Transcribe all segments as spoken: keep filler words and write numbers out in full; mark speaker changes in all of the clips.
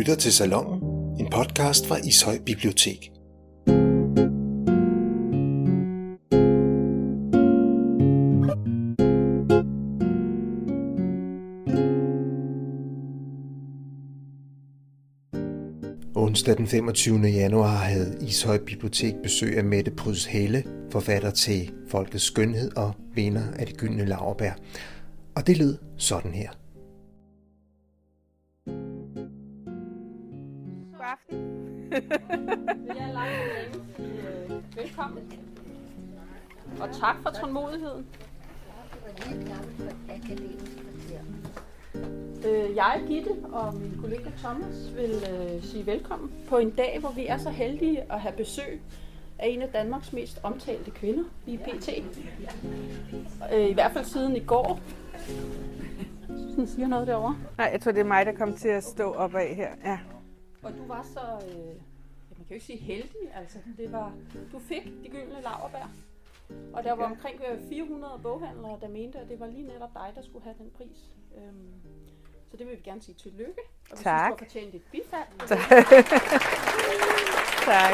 Speaker 1: lytter til Salonen, en podcast fra Ishøj Bibliotek. Onsdag den femogtyvende januar havde Ishøj Bibliotek besøg af Mette Pryds Helle, forfatter til Folkets Skønhed og vinder af Det Gyldne Laurbær. Og det lød sådan her.
Speaker 2: God aften. Vi er live længe. Velkommen. Og tak for tålmodigheden. Jeg, Gitte, og min kollega Thomas vil øh, sige velkommen på en dag, hvor vi er så heldige at have besøg af en af Danmarks mest omtalte kvinder, B P T. Øh, I hvert fald siden i går. Sådan siger noget derovre.
Speaker 3: Nej, jeg tror, det er mig, der kom til at stå opad her. Ja.
Speaker 2: Og du var så, øh, man kan jo ikke sige heldig, altså. Det var, du fik De Gyldne Laurbær. Og der var omkring fire hundrede boghandlere, der mente, at det var lige netop dig, der skulle have den pris. Øhm, så det vil vi gerne sige tillykke. Og vi
Speaker 3: tak.
Speaker 2: synes, du har fortjent et bifald.
Speaker 3: Tak. tak.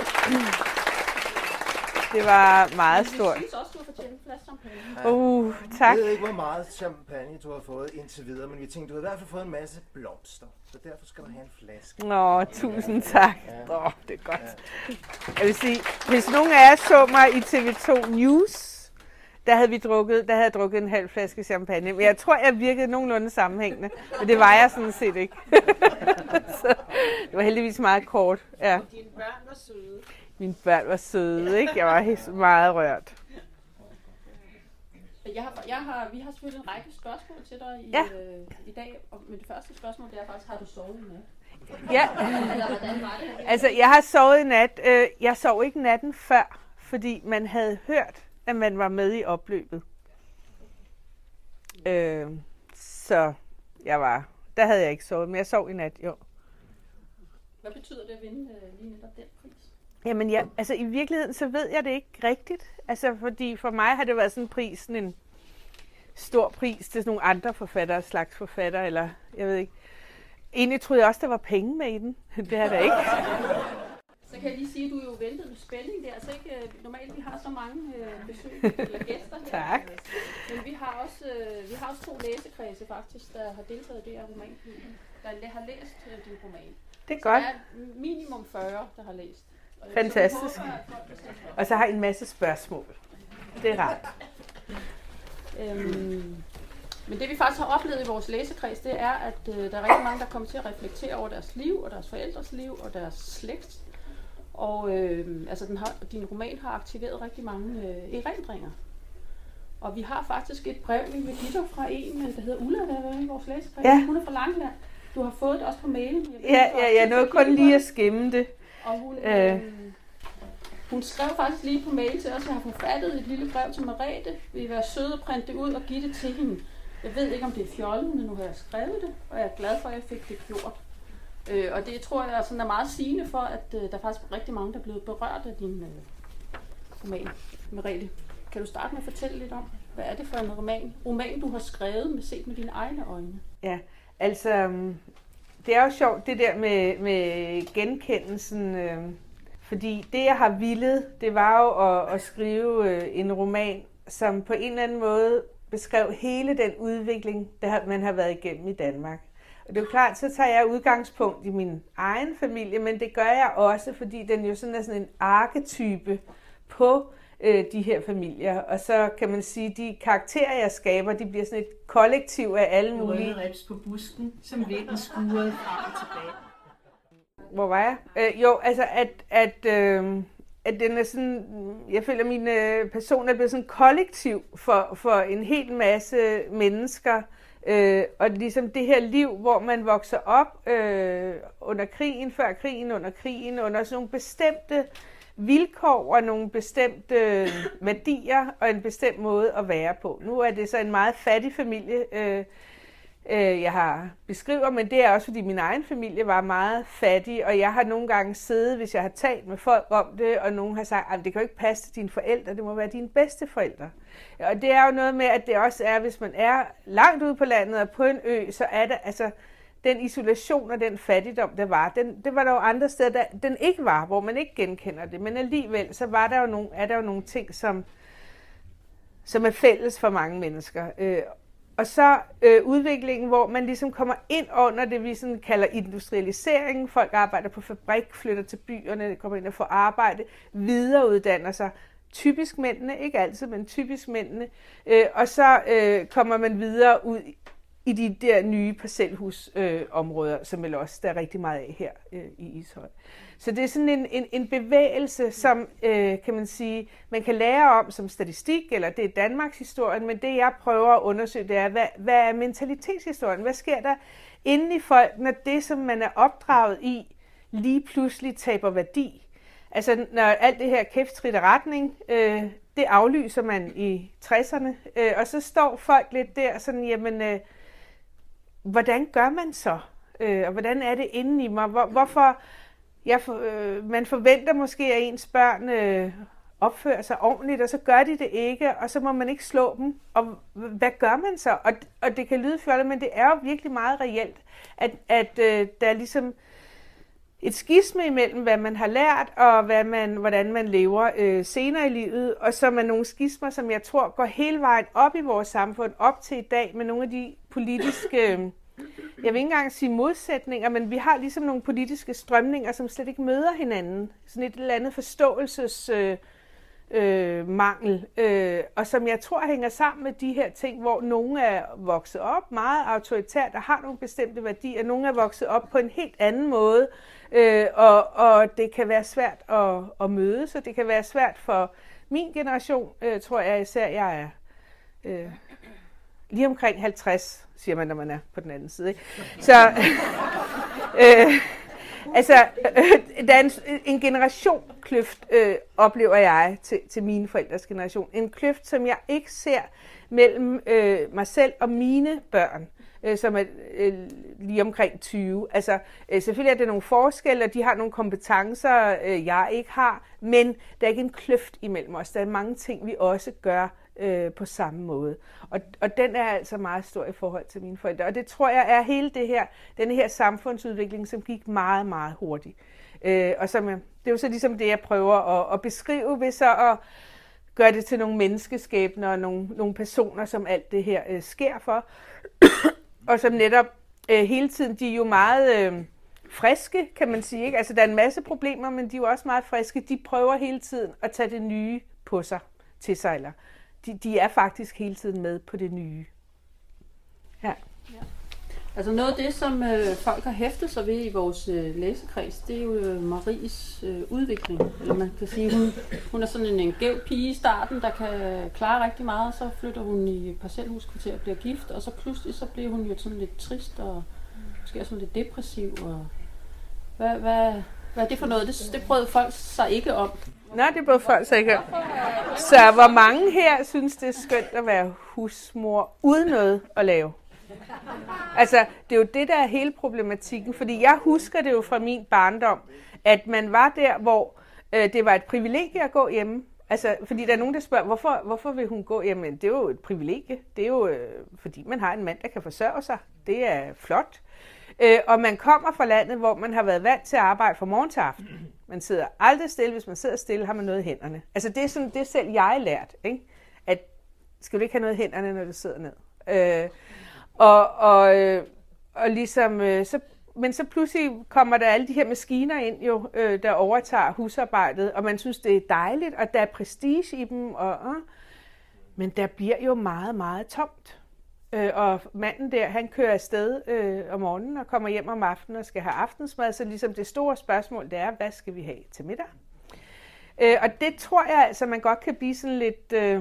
Speaker 3: Det var meget stort.
Speaker 2: Vi synes også, du har fortjent en flaske champagne.
Speaker 3: Uh, tak.
Speaker 4: Jeg ved ikke, hvor meget champagne du har fået indtil videre, men vi tænkte, du har i hvert fald fået en masse blomster. Så derfor skal du have en flaske.
Speaker 3: Nå, tusind tak.
Speaker 4: Ja.
Speaker 3: Åh, det er godt. Ja. Jeg vil sige, hvis nogen af jer så mig i T V to News, der havde vi drukket, der havde jeg drukket en halv flaske champagne. Men jeg tror, jeg virkede nogenlunde sammenhængende. Men det var jeg sådan set ikke. Så det var heldigvis meget kort. Ja.
Speaker 2: Dine børn var søde.
Speaker 3: Mine børn var søde, ikke? Jeg var helt meget rørt.
Speaker 2: Jeg har, jeg har, vi har selvfølgelig en række spørgsmål til dig i,
Speaker 3: ja.
Speaker 2: øh, i dag. Men det første spørgsmål, det er faktisk, har du sovet i nat?
Speaker 3: Ja.
Speaker 2: Hvordan var det?
Speaker 3: Altså, jeg har sovet i nat. Jeg sov ikke natten før, fordi man havde hørt, at man var med i opløbet. Øh, så jeg var, der havde jeg ikke sovet, men jeg sov i nat, jo.
Speaker 2: Hvad betyder det at vinde øh, lige netop den pris?
Speaker 3: Jamen, ja, altså i virkeligheden, så ved jeg det ikke rigtigt. Altså, fordi for mig har det været sådan en pris, sådan en stor pris til sådan nogle andre forfattere, slags forfattere, eller jeg ved ikke. Egentlig troede jeg også, der var penge med i den. Det er der ikke.
Speaker 2: Så kan jeg lige sige, at du er jo ventet med spænding. Det er altså ikke øh, normalt, vi har så mange øh, besøg eller gæster her.
Speaker 3: Tak.
Speaker 2: Men vi har også øh, vi har også to læsekredse faktisk, der har deltaget i det her roman, der har læst øh, din roman.
Speaker 3: Det er godt.
Speaker 2: Så der er minimum fyrre, der har læst. Og
Speaker 3: fantastisk.
Speaker 2: Så håber, at folk vil stille spørgsmål.
Speaker 3: Og så har I en masse spørgsmål. Det er rart.
Speaker 2: øhm, men det vi faktisk har oplevet i vores læsekreds, det er, at øh, der er rigtig mange, der kommer til at reflektere over deres liv, og deres forældres liv, og deres slægt. Og øh, altså den har, din roman har aktiveret rigtig mange øh, erindringer. Og vi har faktisk et brev, vi vil give dig fra en, der hedder Ulla, der er i vores læsekreds.
Speaker 3: Ja.
Speaker 2: Hun er fra Langeland. Du har fået det også på mailen.
Speaker 3: Ja, ja, jeg nåede kun lige at skimme det.
Speaker 2: Og hun, øh. Øh, hun skrev faktisk lige på mail til os, at jeg har forfattet et lille brev til Merete. Vi vil være søde og printe det ud og give det til hende. Jeg ved ikke, om det er fjollet, men nu har jeg skrevet det, og jeg er glad for, at jeg fik det gjort. Øh, og det tror jeg sådan er meget sigende for, at øh, der er faktisk rigtig mange, der er blevet berørt af din øh, roman. Merete, kan du starte med at fortælle lidt om, hvad er det for en roman, roman du har skrevet med set med dine egne øjne?
Speaker 3: Ja, altså det er jo sjovt det der med, med genkendelsen, øh, fordi det jeg har villet, det var jo at, at skrive øh, en roman, som på en eller anden måde beskrev hele den udvikling, der man har været igennem i Danmark. Og det er jo klart, så tager jeg udgangspunkt i min egen familie, men det gør jeg også, fordi den jo sådan er sådan en arketype på øh, de her familier. Og så kan man sige, at de karakterer, jeg skaber, de bliver sådan et kollektiv af alle mulige.
Speaker 5: Rips på busken, som vinden skurede frem og tilbage.
Speaker 3: Hvor var jeg? Øh, jo, altså at, at, øh, at den er sådan, jeg føler, at min øh, person er blevet sådan kollektiv for, for en hel masse mennesker. Øh, og ligesom det her liv, hvor man vokser op øh, under krigen, før krigen, under krigen, under sådan nogle bestemte vilkår og nogle bestemte værdier og en bestemt måde at være på. Nu er det så en meget fattig familie, øh, øh, jeg har beskriver, men det er også, fordi min egen familie var meget fattig, og jeg har nogle gange siddet, hvis jeg har talt med folk om det, og nogen har sagt, at det kan jo ikke passe til dine forældre, det må være dine bedsteforældre. Og det er jo noget med, at det også er, hvis man er langt ude på landet og på en ø, så er det, altså, den isolation og den fattigdom, der var, den, det var der jo andre steder, der den ikke var, hvor man ikke genkender det. Men alligevel, så var der jo nogle, er der jo nogle ting, som, som er fælles for mange mennesker. Øh, og så øh, udviklingen, hvor man ligesom kommer ind under det, vi sådan kalder industrialisering. Folk arbejder på fabrik, flytter til byerne, kommer ind og får arbejde, videreuddanner sig. Typisk mændene, ikke altid, men typisk mændene. Øh, og så øh, kommer man videre ud i de der nye parcelhusområder, øh, som vel også der er rigtig meget af her øh, i Ishøj. Så det er sådan en, en, en bevægelse, som øh, kan man sige, man kan lære om som statistik, eller det er Danmarks historien, men det jeg prøver at undersøge, det er, hvad, hvad er mentalitetshistorien? Hvad sker der inde i folk, når det, som man er opdraget i, lige pludselig taber værdi? Altså, når alt det her kæftrit retning, øh, det aflyser man i tresserne, øh, og så står folk lidt der sådan, jamen, øh, hvordan gør man så? Øh, og hvordan er det inde i mig? Hvor, hvorfor jeg for, øh, man forventer måske, at ens børn øh, opfører sig ordentligt, og så gør de det ikke, og så må man ikke slå dem. Og hvad gør man så? Og, og det kan lyde fjollet, men det er jo virkelig meget reelt, at, at øh, der er ligesom et skisme imellem, hvad man har lært, og hvad man, hvordan man lever øh, senere i livet, og så er nogle skismer, som jeg tror går hele vejen op i vores samfund, op til i dag, med nogle af de politiske, øh, jeg vil ikke engang sige modsætninger, men vi har ligesom nogle politiske strømninger, som slet ikke møder hinanden. Sådan et eller andet forståelses øh, øh, mangel, øh, og som jeg tror hænger sammen med de her ting, hvor nogle er vokset op meget autoritært og har nogle bestemte værdier, nogle er vokset op på en helt anden måde, øh, og, og det kan være svært at, at mødes, og det kan være svært for min generation, øh, tror jeg især, jeg er øh, lige omkring halvtreds, siger man, når man er på den anden side. Ikke? Så øh, altså, øh, der er en, en generationskløft, øh, oplever jeg, til, til mine forældres generation. En kløft, som jeg ikke ser mellem øh, mig selv og mine børn, øh, som er øh, lige omkring tyve. Altså, øh, selvfølgelig er der nogle forskelle, og de har nogle kompetencer, øh, jeg ikke har, men der er ikke en kløft imellem os. Der er mange ting, vi også gør øh, på samme måde. Og, og den er altså meget stor i forhold til mine forældre. Og det tror jeg er hele det her, den her samfundsudvikling, som gik meget, meget hurtigt. Øh, og som, det er jo så ligesom det, jeg prøver at, at beskrive, ved så at gøre det til nogle menneskeskæbner og nogle, nogle personer, som alt det her øh, sker for. Og som netop øh, hele tiden, de er jo meget øh, friske, kan man sige. Ikke? Altså, der er en masse problemer, men de er jo også meget friske. De prøver hele tiden at tage det nye på sig, til sig. Eller de, de er faktisk hele tiden med på det nye. Ja.
Speaker 2: Ja. Altså noget af det, som øh, folk har hæftet sig ved i vores øh, læsekreds, det er jo øh, Maries øh, udvikling. Eller man kan sige, hun, hun er sådan en, en gæv pige i starten, der kan klare rigtig meget. Så flytter hun i parcelhuskvarter og bliver gift, og så pludselig så bliver hun jo sådan lidt trist og måske sådan lidt depressiv. Og hvad, hvad, hvad er det for noget? Det, det brød folk sig ikke om.
Speaker 3: Nej, det brød folk sig ikke om. Så hvor mange her synes, det er skønt at være husmor uden noget at lave? Altså, det er jo det, der er hele problematikken, fordi jeg husker det jo fra min barndom, at man var der, hvor øh, det var et privilegie at gå hjemme. Altså, fordi der er nogen, der spørger, hvorfor, hvorfor vil hun gå hjemme? Det er jo et privilegie. Det er jo, øh, fordi man har en mand, der kan forsørge sig. Det er flot. Øh, og man kommer fra landet, hvor man har været vant til at arbejde fra morgen til aften. Man sidder aldrig stille. Hvis man sidder stille, har man noget i hænderne. Altså, det er sådan, det er selv jeg har lært, ikke? At skal du ikke have noget i hænderne, når du sidder ned? Øh, Og, og, øh, og ligesom, øh, så, men så pludselig kommer der alle de her maskiner ind, jo, øh, der overtager husarbejdet, og man synes, det er dejligt, og der er prestige i dem, og, øh, men der bliver jo meget, meget tomt. Øh, og manden der, han kører afsted øh, om morgenen og kommer hjem om aftenen og skal have aftensmad, så ligesom det store spørgsmål, det er, hvad skal vi have til middag? Øh, og det tror jeg altså, man godt kan blive sådan lidt Øh,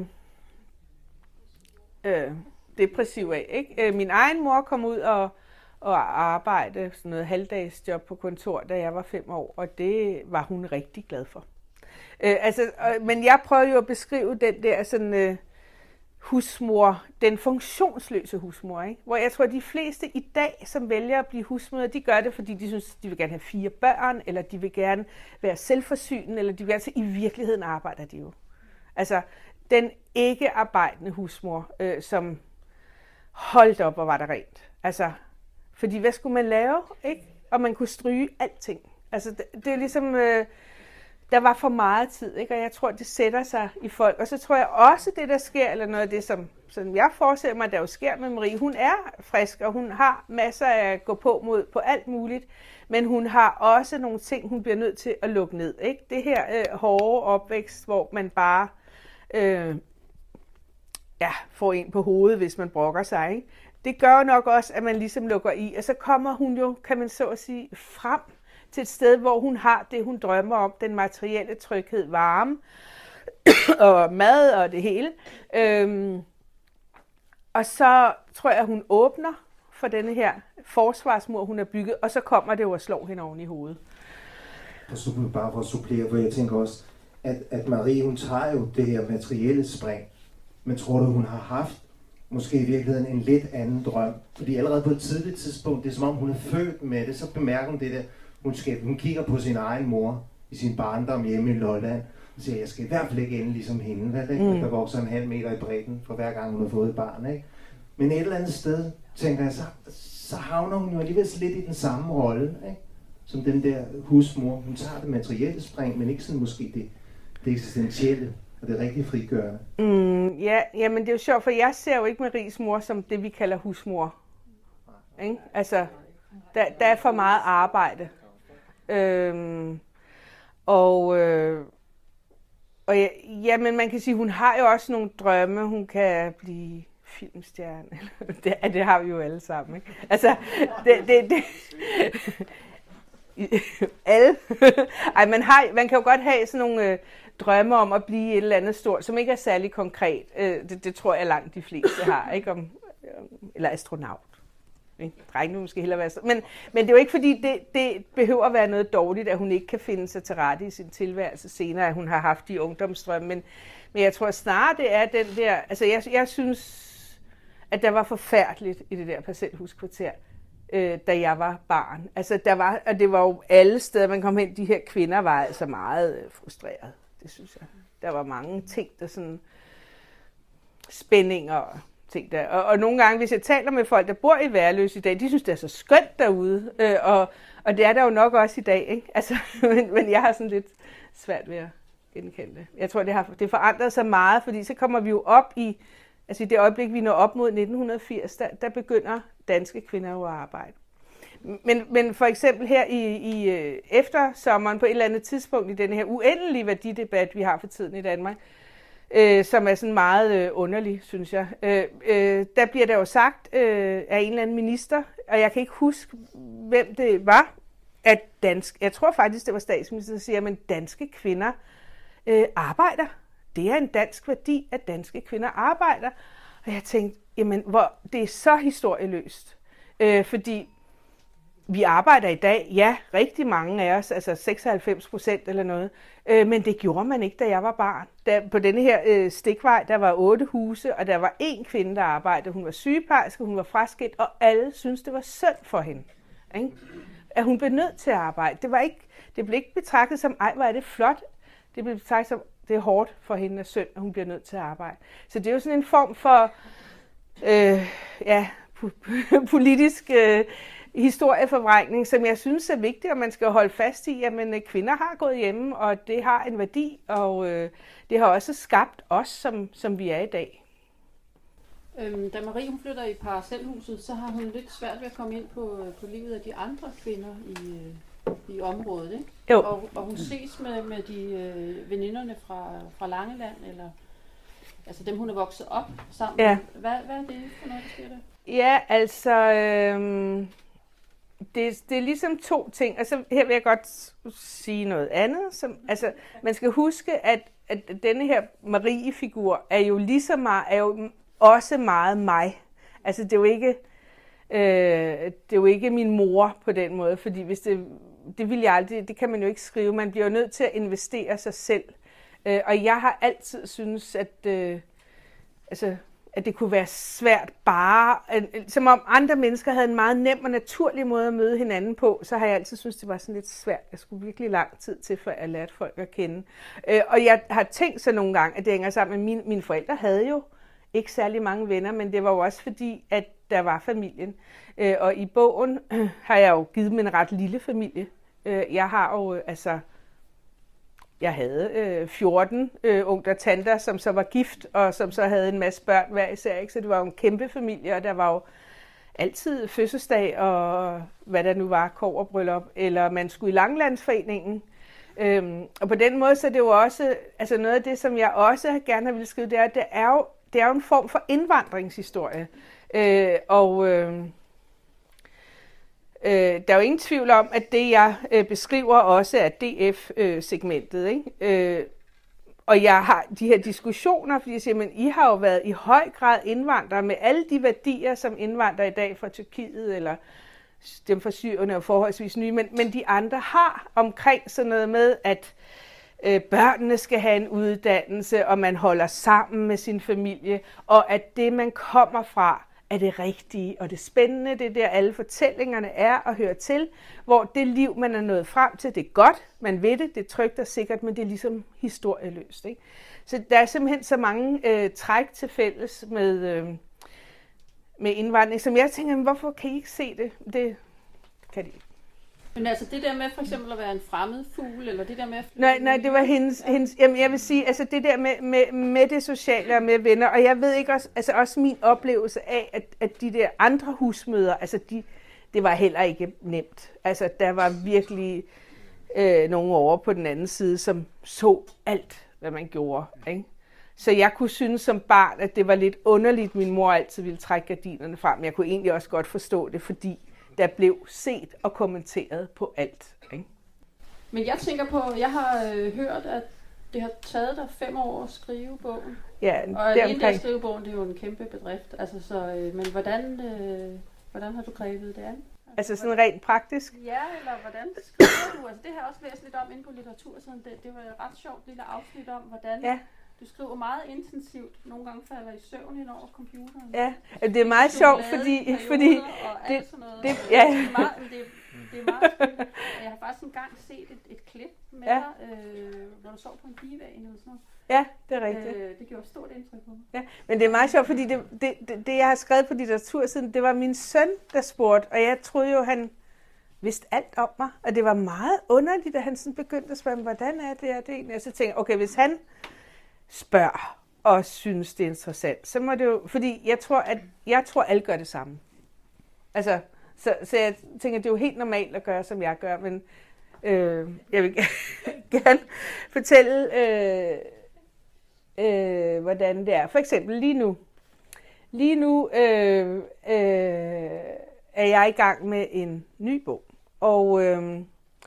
Speaker 3: øh, depressiv af, ikke? Min egen mor kom ud og, og arbejdede sådan noget halvdagsjob på kontor, da jeg var fem år, og det var hun rigtig glad for. Øh, altså, øh, men jeg prøver jo at beskrive den der sådan øh, husmor, den funktionsløse husmor, ikke? Hvor jeg tror, at de fleste i dag, som vælger at blive husmødre, de gør det, fordi de synes, de vil gerne have fire børn, eller de vil gerne være selvforsynende, eller de vil gerne, i virkeligheden arbejder de jo. Altså, den ikke arbejdende husmor, øh, som holdt op, og var der rent. Altså, Fordi hvad skulle man lave, ikke? Og man kunne stryge alting. Altså, det, det er ligesom, øh, der var for meget tid, ikke? Og jeg tror, det sætter sig i folk. Og så tror jeg også, det der sker, eller noget af det, som, som jeg forestiller mig, der jo sker med Marie, hun er frisk, og hun har masser af at gå på mod på alt muligt, men hun har også nogle ting, hun bliver nødt til at lukke ned, ikke? Det her øh, hårde opvækst, hvor man bare øh, ja, får en på hovedet, hvis man brokker sig, ikke? Det gør nok også, at man ligesom lukker i, og så kommer hun jo, kan man så at sige, frem til et sted, hvor hun har det, hun drømmer om, den materielle tryghed, varme og mad og det hele. Øhm, og så tror jeg, at hun åbner for denne her forsvarsmur, hun har bygget, og så kommer det jo at slå hende oven i hovedet.
Speaker 4: Og så bare for at supplere, for jeg tænker også, at, at Marie, hun tager jo det her materielle spring, men tror du, hun har haft måske i virkeligheden en lidt anden drøm? Fordi allerede på et tidligt tidspunkt, det er som om hun er født med det, så bemærker hun det der, hun, skal, hun kigger på sin egen mor i sin barndom hjemme i Lolland, og siger, jeg skal i hvert fald ikke ende ligesom hende, vel, ikke? Mm. Der vokser en halv meter i bredden, for hver gang hun har fået et barn, ikke? Men et eller andet sted, tænker jeg, så, så havner hun jo alligevel lidt i den samme rolle, ikke? Som den der husmor. Hun tager det materielle spring, men ikke sådan måske det, det eksistentielle. Og det er rigtig frigørende.
Speaker 3: Mm, ja, jamen det er jo sjovt, for jeg ser jo ikke Maries mor som det, vi kalder husmor. Ikke? Altså, der, der er for meget arbejde. Øhm, og øh, og ja, ja, men man kan sige, hun har jo også nogle drømme. Hun kan blive filmstjerne. det, det har vi jo alle sammen. Ikke? Altså, det... det, det alle. Ej, man, har, man kan jo godt have sådan nogle øh, drømme om at blive et eller andet stort, som ikke er særlig konkret. Øh, det, det tror jeg langt de fleste har, ikke? Om, øh, eller astronaut. Drengene måske hellere være men, men det er jo ikke fordi, det, det behøver at være noget dårligt, at hun ikke kan finde sig til rette i sin tilværelse senere, at hun har haft de ungdomsdrømme. Men, men jeg tror snarere, det er den der... Altså, jeg, jeg synes, at der var forfærdeligt i det der parcelhuskvarter, øh, da jeg var barn. Altså, der var, og det var jo alle steder, man kom hen. De her kvinder var altså meget øh, frustrerede. Det synes jeg. Der var mange ting, der sådan... spændinger og ting der. Og, og nogle gange, hvis jeg taler med folk, der bor i Værløse i dag, de synes, det er så skønt derude. Øh, og, og det er der jo nok også i dag, ikke? Altså, men, men jeg har sådan lidt svært ved at genkende det. Jeg tror, det har det forandret sig meget, fordi så kommer vi jo op i... Altså i det øjeblik, vi når op mod nitten firs, der, der begynder danske kvinder jo at arbejde. Men, men for eksempel her i, i eftersommeren, på et eller andet tidspunkt i den her uendelige værdidebat, vi har for tiden i Danmark, øh, som er sådan meget øh, underlig, synes jeg, øh, øh, der bliver der jo sagt øh, af en eller anden minister, og jeg kan ikke huske, hvem det var, at dansk, jeg tror faktisk, det var statsministeren, der siger, at danske kvinder øh, arbejder. Det er en dansk værdi, at danske kvinder arbejder. Og jeg tænkte, jamen, hvor, det er så historieløst. Øh, fordi vi arbejder i dag, ja, rigtig mange af os, altså seksoghalvfems procent eller noget, øh, men det gjorde man ikke, da jeg var barn. Der, på denne her øh, stikvej, der var otte huse, og der var én kvinde, der arbejdede. Hun var sygeplejerske, hun var fraskilt, og alle syntes, det var synd for hende. Ikke? At hun blev nødt til at arbejde. Det, var ikke, det blev ikke betragtet som, ej, hvor er det flot. Det blev betragtet som, det er hårdt for hende at synd, at hun bliver nødt til at arbejde. Så det er jo sådan en form for øh, ja, politisk øh, historieforvrængning, som jeg synes er vigtig, og man skal holde fast i, at men, kvinder har gået hjemme, og det har en værdi, og øh, det har også skabt os, som, som vi er i dag.
Speaker 2: Øhm, da Marie hun flytter i parcelhuset, så har hun lidt svært ved at komme ind på, på livet af de andre kvinder i, i området, ikke?
Speaker 3: Jo.
Speaker 2: Og, og hun ses med, med de øh, veninderne fra, fra Langeland, eller altså dem, hun er vokset op sammen
Speaker 3: ja.
Speaker 2: med. Hvad, hvad er det for noget, der sker der?
Speaker 3: Ja, altså, øh, det, det er ligesom to ting. Altså, her vil jeg godt sige noget andet. Som, altså, man skal huske, at, at denne her Marie-figur er jo lige så meget, er jo også meget mig. Altså, det er jo ikke, øh, det er jo ikke min mor på den måde, fordi hvis det, det vil jeg aldrig, det kan man jo ikke skrive. Man bliver jo nødt til at investere sig selv. Øh, og jeg har altid synes, at, øh, altså, at det kunne være svært bare, som om andre mennesker havde en meget nem og naturlig måde at møde hinanden på, så har jeg altid synes det var sådan lidt svært. Jeg skulle virkelig lang tid til, før jeg lærte folk at kende. Øh, og jeg har tænkt så nogle gange, at det hænger sammen med mine, mine forældre havde jo ikke særlig mange venner, men det var jo også fordi, at der var familien. Øh, og i bogen øh, har jeg jo givet dem en ret lille familie. Øh, jeg har jo, øh, altså, jeg havde øh, fjorten øh, onkler og tanter, som så var gift, og som så havde en masse børn hver især, ikke? Så det var jo en kæmpe familie, og der var jo altid fødselsdag og hvad der nu var, kobberbryllup, eller man skulle i Langlandsforeningen. Øhm, og på den måde, så er det jo også, altså noget af det, som jeg også gerne vil skrive, det er, at det er jo, det er jo en form for indvandringshistorie. Øh, og øh, øh, der er jo ingen tvivl om, at det, jeg øh, beskriver, også er D F-segmentet, ikke? Øh, og jeg har de her diskussioner, fordi jeg siger, men I har jo været i høj grad indvandrere med alle de værdier, som indvandrere i dag fra Tyrkiet, eller dem fra Syrien er jo forholdsvis nye, men, men de andre har omkring sådan noget med, at øh, børnene skal have en uddannelse, og man holder sammen med sin familie, og at det, man kommer fra, er det rigtige og det spændende. Det er der, alle fortællingerne er og hører til, hvor det liv, man er nået frem til, det er godt, man ved det, det er trygt og sikkert, men det er ligesom historieløst, ikke? Så der er simpelthen så mange øh, træk til fælles med, øh, med indvandring, som jeg tænker, hvorfor kan I ikke se det? Det kan de ikke.
Speaker 2: Men altså det der med for eksempel at være en fremmed fugl, eller det der med...
Speaker 3: Nej, nej, det var hendes... Ja. hendes jamen, jeg vil sige, altså det der med, med, med det sociale og med venner, og jeg ved ikke også, altså også min oplevelse af, at, at de der andre husmøder, altså de, det var heller ikke nemt. Altså der var virkelig øh, nogen over på den anden side, som så alt, hvad man gjorde, ikke? Så jeg kunne synes som barn, at det var lidt underligt, min mor altid ville trække gardinerne frem. Jeg kunne egentlig også godt forstå det, fordi der blev set og kommenteret på alt, ikke?
Speaker 2: Men jeg tænker på, jeg har øh, hørt, at det har taget dig fem år at skrive bogen.
Speaker 3: Ja,
Speaker 2: og alene det at skrive bogen, det er jo en kæmpe bedrift. Altså, så, øh, men hvordan, øh, hvordan har du grebet det an?
Speaker 3: Altså sådan rent praktisk?
Speaker 2: Ja, eller hvordan skriver du? Altså, det har jeg også læst lidt om inde på litteratursiden. Det, det var et ret sjovt lille afsnit om, hvordan... Ja. Du skriver meget intensivt. Nogle gange falder i søvn ind over computeren.
Speaker 3: Ja, det er meget sjovt, fordi... fordi
Speaker 2: det, det, ja. det, er meget, det, det er meget spændende. Jeg har faktisk engang set et, et klip med ja. dig, øh, når du sov på en pigevæg eller sådan noget.
Speaker 3: Ja, det er rigtigt.
Speaker 2: Øh, det gjorde et stort indtryk på mig.
Speaker 3: Ja, men det er meget sjovt, fordi det, det, det, det jeg har skrevet på litteratursiden, det var min søn, der spurgte, og jeg troede jo, han vidste alt om mig. Og det var meget underligt, at han sådan begyndte at spørge, hvordan er det, er det egentlig? Og så tænkte jeg, okay, hvis han spørger og synes, det er interessant, så må det jo, fordi jeg tror, at jeg tror, alle gør det samme. Altså, så, så jeg tænker, det er jo helt normalt at gøre, som jeg gør, men øh, jeg vil gerne fortælle, øh, øh, hvordan det er. For eksempel lige nu. Lige nu øh, øh, er jeg i gang med en ny bog, og øh,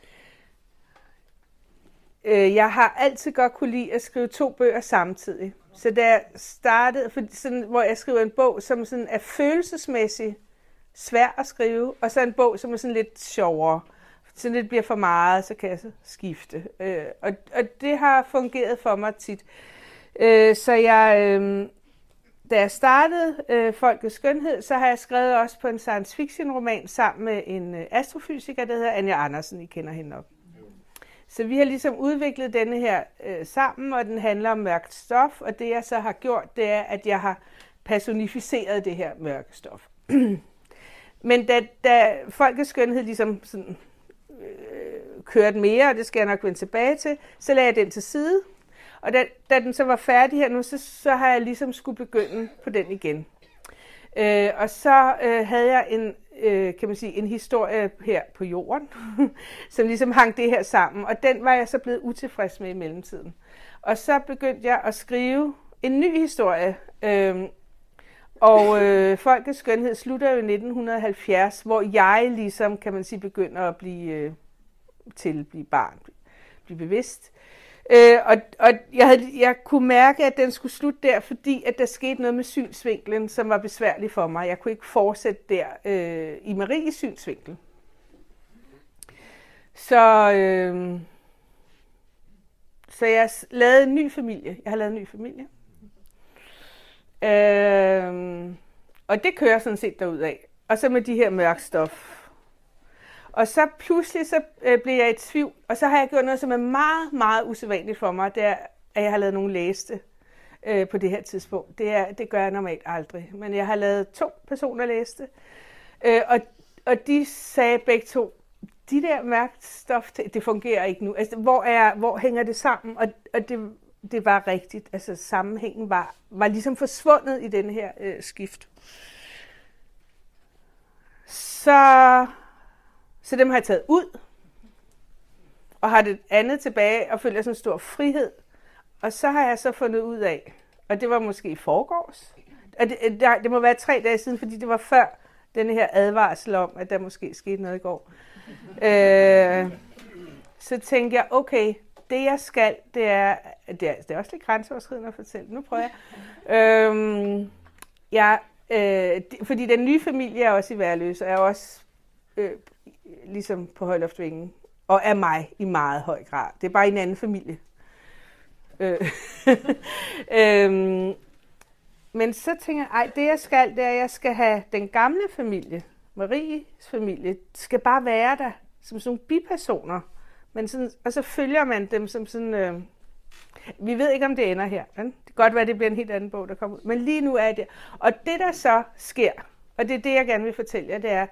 Speaker 3: jeg har altid godt kunne lide at skrive to bøger samtidig. Så da jeg startede, for sådan, hvor jeg skriver en bog, som sådan er følelsesmæssigt svær at skrive, og så en bog, som er sådan lidt sjovere. Så det bliver for meget, så kan jeg så skifte. Øh, og, og det har fungeret for mig tit. Øh, så jeg, øh, da jeg startede øh, Folkets Skønhed, så har jeg skrevet også på en science fiction roman sammen med en øh, astrofysiker, der hedder Anja Andersen. I kender hende nok. Så vi har ligesom udviklet denne her øh, sammen, og den handler om mørkt stof, og det jeg så har gjort, det er, at jeg har personificeret det her mørke stof. Men da, da Folkets Skønhed ligesom sådan, øh, kørte mere, og det skal jeg nok vende tilbage til, så lagde jeg den til side, og da, da den så var færdig her nu, så, så har jeg ligesom skulle begynde på den igen. Øh, og så øh, havde jeg en, øh, kan man sige, en historie her på jorden, som ligesom hang det her sammen, og den var jeg så blevet utilfreds med i mellemtiden. Og så begyndte jeg at skrive en ny historie, øh, og øh, Folkets Skønhed slutter jo i nitten halvfjerds, hvor jeg ligesom, kan man sige, begynder at blive øh, til, blive barn, blive bevidst. Øh, og og jeg, havde, jeg kunne mærke, at den skulle slutte der, fordi at der skete noget med synsvinklen, som var besværligt for mig. Jeg kunne ikke fortsætte der øh, i Maries synsvinkel. Så, øh, så jeg lavede en ny familie. Jeg har lavet en ny familie. Øh, og det kører sådan set derudad. Og så med de her mørk stof. Og så pludselig så øh, blev jeg i tvivl, og så har jeg gjort noget, som er meget, meget usædvanligt for mig, det er, at jeg har lavet nogle læste. øh, på det her tidspunkt. Det, er, det gør jeg normalt aldrig. Men jeg har lavet to personer læse det. Øh, og, og de sagde begge to, de der mærkestof, det fungerer ikke nu. Altså, hvor, er, hvor hænger det sammen? Og, og det, det var rigtigt. Altså, sammenhængen var, var ligesom forsvundet i den her øh, skift. Så, så dem har jeg taget ud, og har det andet tilbage, og føler sådan en stor frihed. Og så har jeg så fundet ud af, og det var måske i forgårs, og det, det, det må være tre dage siden, fordi det var før denne her advarsel om, at der måske skete noget i går. øh, så tænkte jeg, okay, det jeg skal, det er, det er, det er også lidt grænseoverskridende at fortælle, nu prøver jeg. Øh, jeg øh, fordi den nye familie er også i Værløse, og er også øh, ligesom på Højloftvingen, og er mig i meget høj grad. Det er bare en anden familie. Øh, øhm, men så tænker jeg, ej, det jeg skal, det er, at jeg skal have den gamle familie, Maries familie, skal bare være der som sådan bipersoner. Men sådan, og så følger man dem som sådan, øh, vi ved ikke, om det ender her. Men det kan godt være, det bliver en helt anden bog, der kommer ud. Men lige nu er det. Og det, der så sker, og det er det, jeg gerne vil fortælle jer, det er,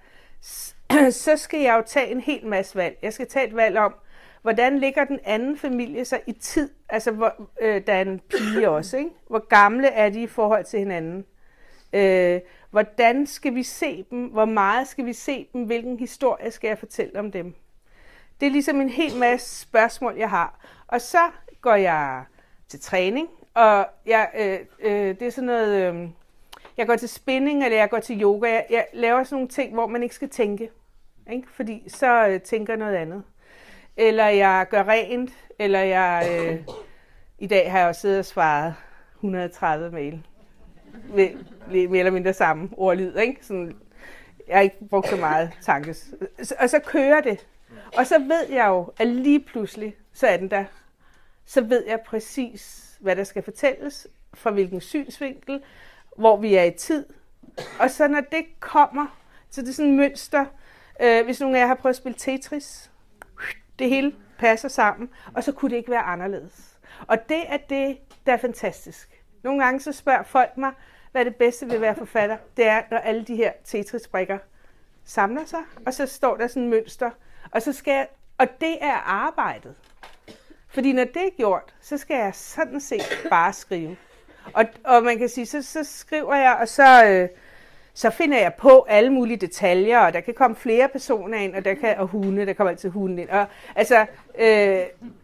Speaker 3: så skal jeg jo tage en hel masse valg. Jeg skal tage et valg om, hvordan ligger den anden familie sig i tid? Altså, hvor, øh, der er en pige også, ikke? Hvor gamle er de i forhold til hinanden? Øh, hvordan skal vi se dem? Hvor meget skal vi se dem? Hvilken historie skal jeg fortælle om dem? Det er ligesom en hel masse spørgsmål, jeg har. Og så går jeg til træning, og jeg, øh, øh, det er sådan noget... Øh, jeg går til spinning, eller jeg går til yoga. Jeg, jeg laver sådan nogle ting, hvor man ikke skal tænke. Ikke? Fordi så øh, tænker jeg noget andet. Eller jeg gør rent, eller jeg... Øh, I dag har jeg også siddet og svaret et hundrede og tredive mail. Med, mere eller mindre samme ordlyd, ikke? Sådan, jeg har ikke brugt så meget tankes. Og så kører det. Og så ved jeg jo, at lige pludselig, så er den der. Så ved jeg præcis, hvad der skal fortælles, fra hvilken synsvinkel, hvor vi er i tid. Og så når det kommer, så det er sådan et mønster. Øh, hvis nogle af jer har prøvet at spille Tetris, det hele passer sammen, og så kunne det ikke være anderledes. Og det er det, der er fantastisk. Nogle gange så spørger folk mig, hvad det bedste ved at være forfatter, det er, når alle de her Tetris-brikker samler sig, og så står der sådan et mønster, og så skal jeg, og det er arbejdet. Fordi når det er gjort, så skal jeg sådan set bare skrive. Og, og man kan sige, så, så skriver jeg, og så, øh, så finder jeg på alle mulige detaljer, og der kan komme flere personer ind, og der kan, og hunde, der kommer altid hunden ind. Og, altså, øh,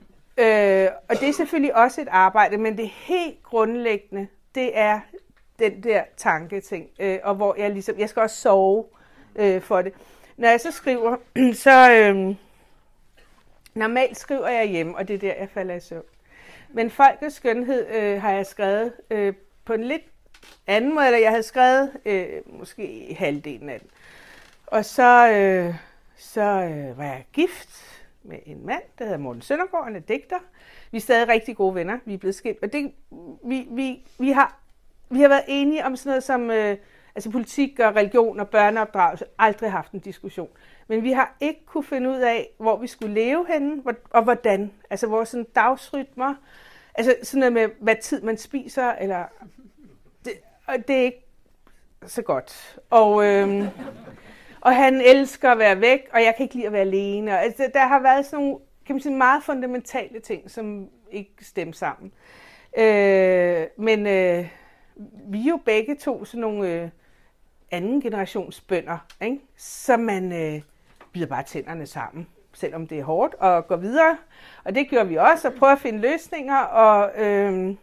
Speaker 3: øh, og det er selvfølgelig også et arbejde, men det helt grundlæggende, det er den der tanketing, øh, og hvor jeg ligesom, jeg skal også sove øh, for det. Når jeg så skriver, så øh, normalt skriver jeg hjemme, og det er der, jeg falder i søvn. Men Folkets skønhed øh, har jeg skrevet øh, på en lidt anden måde, eller jeg havde skrevet øh, måske halvdelen af den. Og så, øh, så øh, var jeg gift med en mand, der hedder Morten Søndergaard, han er digter. Vi er stadig rigtig gode venner, vi er blevet skilt. Og det, vi, vi, vi, har, vi har været enige om sådan noget som øh, altså politik og religion og børneopdragelse. Aldrig haft en diskussion. Men vi har ikke kunne finde ud af, hvor vi skulle leve henne, og hvordan. Altså vores sådan dagsrytmer. Altså sådan noget med, hvad tid man spiser, eller... Det, og det er ikke så godt. Og, øhm, og han elsker at være væk, og jeg kan ikke lide at være alene. Og, altså, der har været sådan nogle, kan man sige, meget fundamentale ting, som ikke stemmer sammen. Øh, men øh, vi er jo begge to sådan nogle øh, anden generations bønder, ikke? Så man øh, bider bare tænderne sammen, selvom det er hårdt, og går videre. Og det gjorde vi også, og prøver at finde løsninger. Og øh,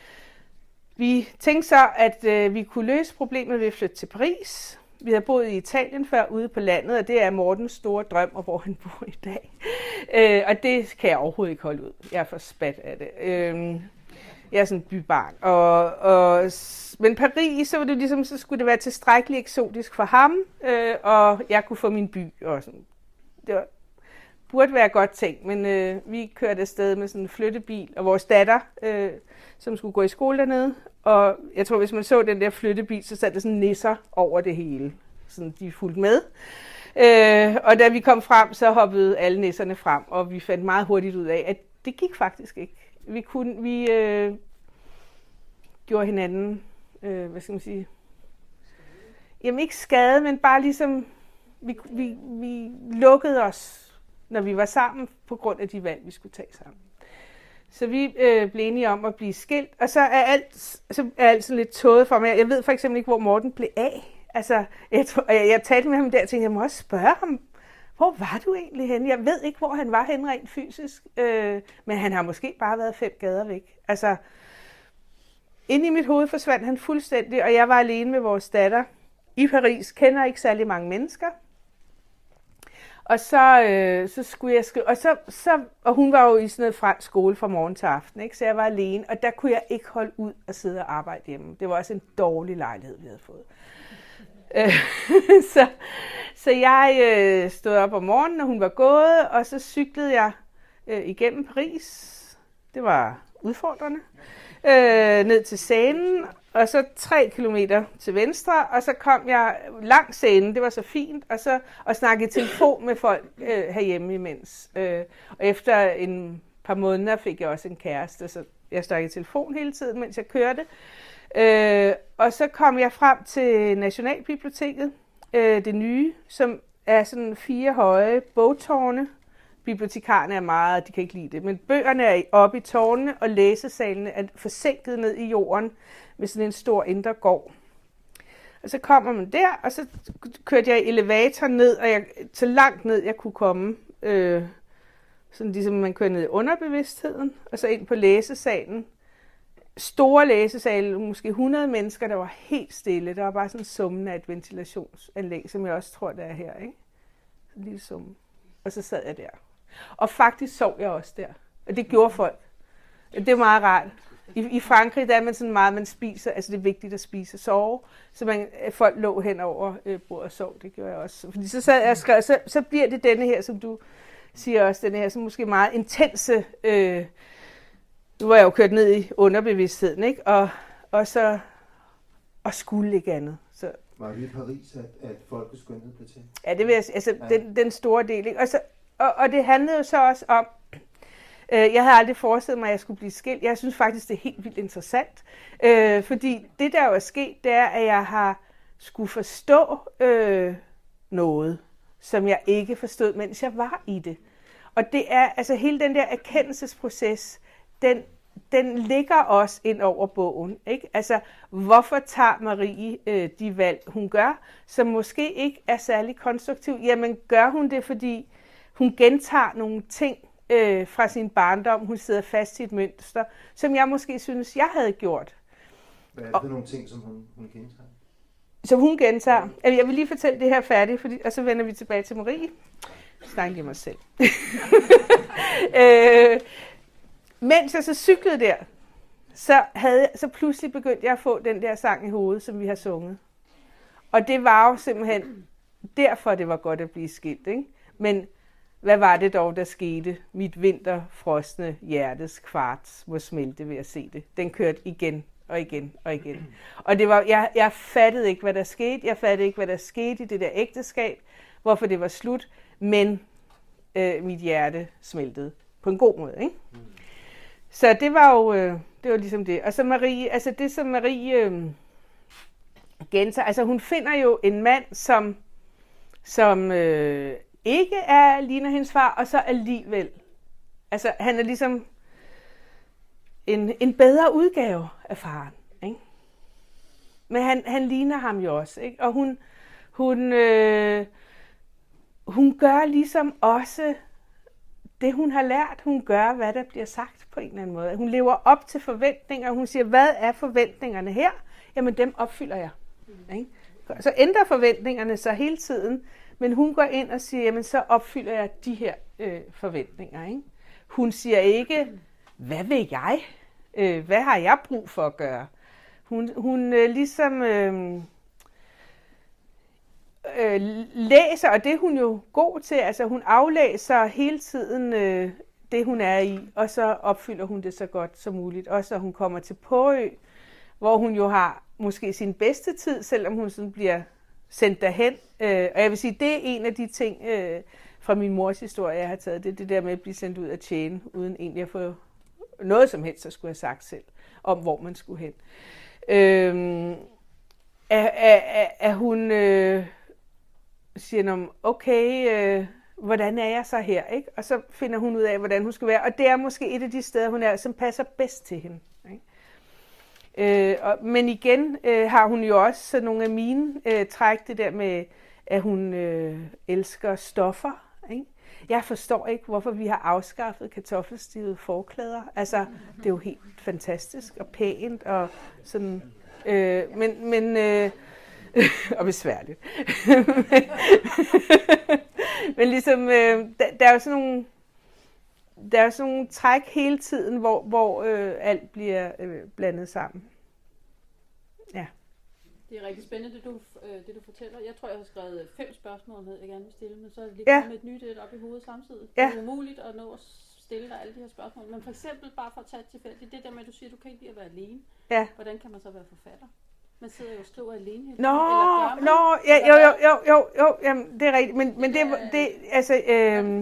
Speaker 3: vi tænkte så, at øh, vi kunne løse problemet ved at flytte til Paris. Vi havde boet i Italien før, ude på landet, og det er Mortens store drøm, og hvor han bor i dag. Øh, og det kan jeg overhovedet ikke holde ud. Jeg er for spat af det. Øh, jeg er sådan et bybarn. Og, og, men Paris, så, var det ligesom, så skulle det være tilstrækkeligt eksotisk for ham, øh, og jeg kunne få min by. Og sådan. Det var, burde være godt tænkt, men øh, vi kørte afsted med sådan en flyttebil, og vores datter, øh, som skulle gå i skole dernede, og jeg tror, hvis man så den der flyttebil, så satte der sådan nisser over det hele. Sådan, de fulgte med. Øh, og da vi kom frem, så hoppede alle nisserne frem, og vi fandt meget hurtigt ud af, at det gik faktisk ikke. Vi kunne, vi, øh, gjorde hinanden, øh, hvad skal man sige, jamen ikke skade, men bare ligesom, vi, vi, vi lukkede os, når vi var sammen, på grund af de valg, vi skulle tage sammen. Så vi øh, blev enige om at blive skilt, og så er alt, så er alt sådan lidt tåget for mig. Jeg ved for eksempel ikke, hvor Morten blev af. Altså, jeg, jeg, jeg talte med ham der og tænkte, jeg må også spørge ham, hvor var du egentlig henne? Jeg ved ikke, hvor han var henne rent fysisk, øh, men han har måske bare været fem gader væk. Altså, inde i mit hoved forsvandt han fuldstændig, og jeg var alene med vores datter i Paris, kender ikke særlig mange mennesker. Og så, øh, så skulle jeg skrive, og, så, så, og hun var jo i sådan noget fransk skole fra morgen til aften, ikke? Så jeg var alene, og der kunne jeg ikke holde ud at sidde og arbejde hjemme. Det var også en dårlig lejlighed, vi havde fået. så, så jeg øh, stod op om morgenen, når hun var gået, og så cyklede jeg øh, igennem Paris. Det var udfordrende. Øh, ned til Seinen, og så tre kilometer til venstre, og så kom jeg langs Seinen, det var så fint, og så og snakkede telefon med folk øh, herhjemme imens. Øh, og efter en par måneder fik jeg også en kæreste, så jeg snakkede telefon hele tiden, mens jeg kørte. Øh, og så kom jeg frem til Nationalbiblioteket, øh, det nye, som er sådan fire høje bogtårne. Bibliotekarerne er meget, de kan ikke lide det, men bøgerne er oppe i tårnene, og læsesalene er forsinket ned i jorden med sådan en stor indre gård. Og så kommer man der, og så kørte jeg i elevator ned, og jeg, så langt ned jeg kunne komme, øh, sådan ligesom man kører ned i underbevidstheden, og så ind på læsesalen. Store læsesale, måske hundrede mennesker, der var helt stille. Der var bare sådan summen af et ventilationsanlæg, som jeg også tror, der er her, ikke? Så en lille summe. Og så sad jeg der. Og faktisk sov jeg også der. Og det gjorde folk. Det er meget rart. I, i Frankrig, der er man sådan meget, man spiser, altså det er vigtigt at spise og sove, så man, folk lå hen over øh, bordet og sov, det gjorde jeg også. Fordi så sad jeg og skrev, så, så bliver det denne her, som du siger også, denne her, som måske meget intense, øh, nu var jeg jo kørt ned i underbevidstheden, ikke? Og, og så, og skulle ikke andet. Så,
Speaker 4: var det i Paris, at, at folkets skønhed blev til?
Speaker 3: Ja, det vil jeg sige, altså ja. den, den store del, ikke? Og, så, og, og det handlede jo så også om, jeg havde aldrig forestillet mig, at jeg skulle blive skilt. Jeg synes faktisk, det er helt vildt interessant. Øh, fordi det, der jo er sket, det er, at jeg har skulle forstå øh, noget, som jeg ikke forstod, mens jeg var i det. Og det er, altså hele den der erkendelsesproces, den, den ligger også ind over bogen. Ikke? Altså, hvorfor tager Marie øh, de valg, hun gør, som måske ikke er særlig konstruktiv? Jamen, gør hun det, fordi hun gentager nogle ting, Øh, fra sin barndom, hun sidder fast i et mønster, som jeg måske synes, jeg havde gjort.
Speaker 4: Hvad er det for nogle ting, som hun, hun gentager?
Speaker 3: Som hun gentager. Jeg vil lige fortælle det her færdigt, fordi, og så vender vi tilbage til Marie. Jeg snakker lige mig selv. øh, mens jeg så cyklede der, så, havde, så pludselig begyndte jeg at få den der sang i hovedet, som vi har sunget. Og det var jo simpelthen derfor, det var godt at blive skilt. Ikke? Men hvad var det dog, der skete? Mit vinterfrosne hjertes kvarts må smelte ved at se det. Den kørte igen og igen og igen. Og det var, jeg, jeg fattede ikke, hvad der skete. Jeg fattede ikke, hvad der skete i det der ægteskab, hvorfor det var slut. Men øh, mit hjerte smeltede på en god måde. Ikke? Mm. Så det var jo øh, det var ligesom det. Og så Marie, altså det som Marie øh, gentager, altså hun finder jo en mand, som, som øh, ikke er ligner hendes far, og så alligevel. Altså, han er ligesom en, en bedre udgave af faren, ikke? Men han, han ligner ham jo også, ikke? Og hun, hun, øh, hun gør ligesom også det, hun har lært. Hun gør, hvad der bliver sagt på en eller anden måde. Hun lever op til forventninger, og hun siger, hvad er forventningerne her? Jamen, dem opfylder jeg, ikke? Så ændrer forventningerne sig hele tiden, men hun går ind og siger, jamen så opfylder jeg de her øh, forventninger. Ikke? Hun siger ikke, hvad vil jeg? Øh, hvad har jeg brug for at gøre? Hun, hun øh, ligesom øh, øh, læser, og det er hun jo god til, altså hun aflæser hele tiden øh, det, hun er i, og så opfylder hun det så godt som muligt. Også så hun kommer til Påø, hvor hun jo har måske sin bedste tid, selvom hun sådan bliver sendt derhen. Øh, og jeg vil sige, det er en af de ting øh, fra min mors historie, jeg har taget. Det er det der med at blive sendt ud at tjene, uden egentlig at få noget som helst, så skulle jeg have sagt selv. om, hvor man skulle hen. Øh, at, at, at hun øh, siger, okay, øh, hvordan er jeg så her? Ikke? Og så finder hun ud af, hvordan hun skal være. Og det er måske et af de steder, hun er, som passer bedst til hende. Ikke? Øh, og, men igen øh, har hun jo også sådan nogle af mine øh, træk, det der med, at hun øh, elsker stoffer. Ikke? Jeg forstår ikke, hvorfor vi har afskaffet kartoffelstivede forklæder. Altså, det er jo helt fantastisk og pænt og sådan. Øh, men, men øh, og besværligt. Men ligesom, øh, der, der er jo sådan nogle, der er jo sådan nogle træk hele tiden, hvor, hvor øh, alt bliver øh, blandet sammen. Ja.
Speaker 2: Det er rigtig spændende, det du, øh, det du fortæller. Jeg tror, jeg har skrevet fem spørgsmål ned, jeg gerne vil stille, men så er det lige kommet et nyt et op i hovedet samtidig.
Speaker 3: Ja.
Speaker 2: Det er umuligt at nå at stille dig alle de her spørgsmål. Men for eksempel, bare for at tage et tilfældigt, det der med, at du siger, at du kan ikke lide at være alene.
Speaker 3: Ja.
Speaker 2: Hvordan kan man så være forfatter? Man sidder jo og skriver alene hele
Speaker 3: Nå,
Speaker 2: tiden.
Speaker 3: nå, ja, jo, jo, jo, jo, jo, jamen, det er rigtigt. Men, men det, det, altså, øh,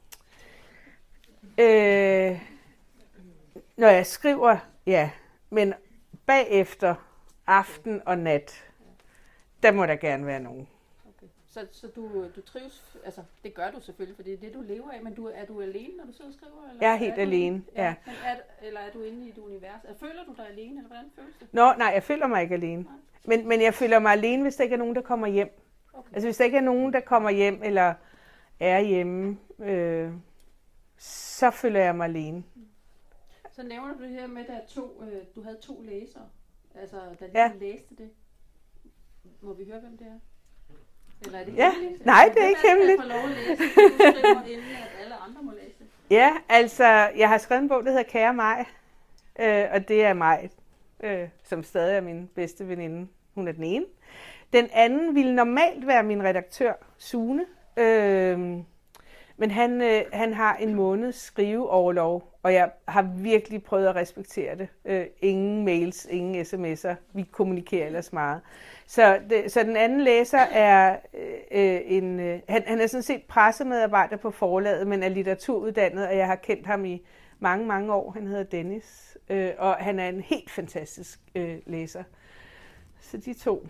Speaker 3: øh, når jeg skriver, ja, men bagefter, aften og nat, der må der gerne være nogen.
Speaker 2: Okay. Så, så du, du trives, altså det gør du selvfølgelig, for det er det, du lever af, men du, er du alene, når du sidder og skriver? Eller
Speaker 3: Jeg er helt
Speaker 2: er
Speaker 3: alene, ja.
Speaker 2: ja. Men er, eller er du inde i et univers? Føler du dig alene, eller hvordan føles det?
Speaker 3: Nå, nej, jeg føler mig ikke alene. Men, men jeg føler mig alene, hvis der ikke er nogen, der kommer hjem. Okay. Altså hvis der ikke er nogen, der kommer hjem, eller er hjemme, øh, så føler jeg mig alene.
Speaker 2: Så nævner du det her med, at der er to, øh, du havde to læsere, altså da de
Speaker 3: Ja.
Speaker 2: læste det. Må vi høre, hvem det er? Eller er det
Speaker 3: Ja.
Speaker 2: hemmeligt?
Speaker 3: Nej,
Speaker 2: Altså,
Speaker 3: det er ikke
Speaker 2: hvem
Speaker 3: hemmeligt.
Speaker 2: Hvem er det, der får lov at læse det, du skriver, inden at alle andre må læse det?
Speaker 3: Ja, altså, jeg har skrevet en bog, der hedder Kære Maj, øh, og det er Maj, øh, som stadig er min bedste veninde. Hun er den ene. Den anden ville normalt være min redaktør, Sune, øh, men han, øh, han har en måneds skriveoverlov, og jeg har virkelig prøvet at respektere det. Øh, ingen mails, ingen sms'er. Vi kommunikerer ellers meget. Så, det, så den anden læser er øh, en... Øh, han, han er sådan set pressemedarbejder på forlaget, men er litteraturuddannet, og jeg har kendt ham i mange, mange år. Han hedder Dennis, øh, og han er en helt fantastisk øh, læser. Så de to.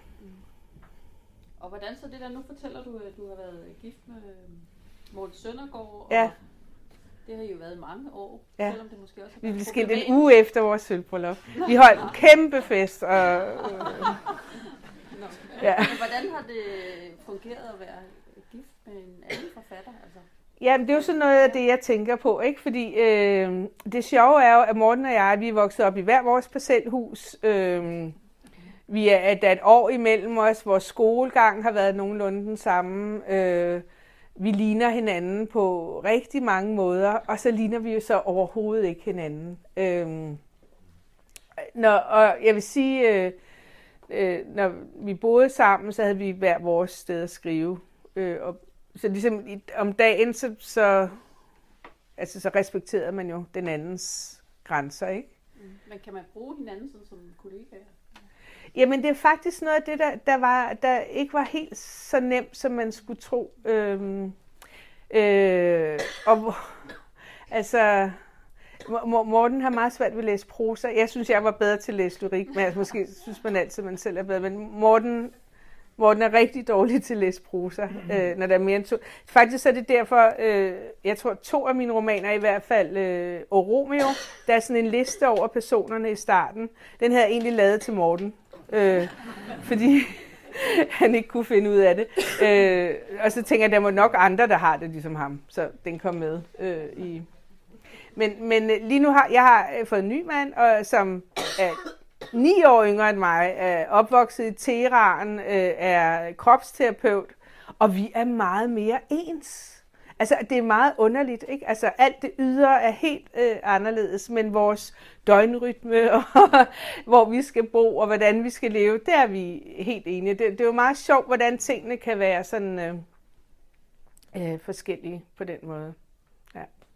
Speaker 2: Og hvordan så det der, nu fortæller du, at du har været gift med Morten Søndergaard,
Speaker 3: Ja.
Speaker 2: og det har jo været mange år,
Speaker 3: Ja.
Speaker 2: selvom det måske også har
Speaker 3: Vi
Speaker 2: været
Speaker 3: blev skilt en
Speaker 2: problematisk.
Speaker 3: uge efter vores sølvbryllup. Vi holdt en kæmpe fest, og... Øh,
Speaker 2: Nå.
Speaker 3: Ja.
Speaker 2: Men hvordan har det fungeret at være gift med en anden forfatter? Altså?
Speaker 3: Jamen, det er jo sådan noget af det, jeg tænker på, ikke? Fordi øh, det sjove er jo, at Morten og jeg, vi er vokset op i hver vores parcelhus. Øh, vi er, at der er et år imellem os. Vores skolegang har været nogenlunde den samme. Øh, vi ligner hinanden på rigtig mange måder, og så ligner vi jo så overhovedet ikke hinanden. Øh, når, og jeg vil sige, øh, øh, når vi boede sammen, så havde vi hver vores sted at skrive. Øh, og Så ligesom i, om dagen, så, så, altså, så respekterede man jo den andens grænser, ikke?
Speaker 2: Mm. Men kan man bruge hinanden sådan som kollegaer?
Speaker 3: Jamen, det er faktisk noget af det, der, der, var, der ikke var helt så nemt, som man skulle tro. Øhm, øh, og, altså, Morten har meget svært ved at læse prosa. Jeg synes, jeg var bedre til at læse lyrik, men altså, måske synes man altid, man selv er bedre. Men Morten... Morten er rigtig dårlig til at læse prosa, øh, når der er mere end to. Faktisk er det derfor, øh, jeg tror to af mine romaner i hvert fald, øh, og Romeo, der er sådan en liste over personerne i starten. Den havde jeg egentlig lavet til Morten, øh, fordi han ikke kunne finde ud af det. Øh, og så tænker jeg, der må nok andre, der har det ligesom ham, så den kom med øh, i... Men, men lige nu har jeg har fået en ny mand, og, som er ni år yngre end mig, er opvokset i Teheran, er kropsterapeut, og vi er meget mere ens. Altså, det er meget underligt, ikke? Altså, alt det ydre er helt øh, anderledes, men vores døgnrytme, og hvor vi skal bo, og hvordan vi skal leve, det er vi helt enige. Det, det er jo meget sjovt, hvordan tingene kan være sådan øh, øh, forskellige på den måde. Ja.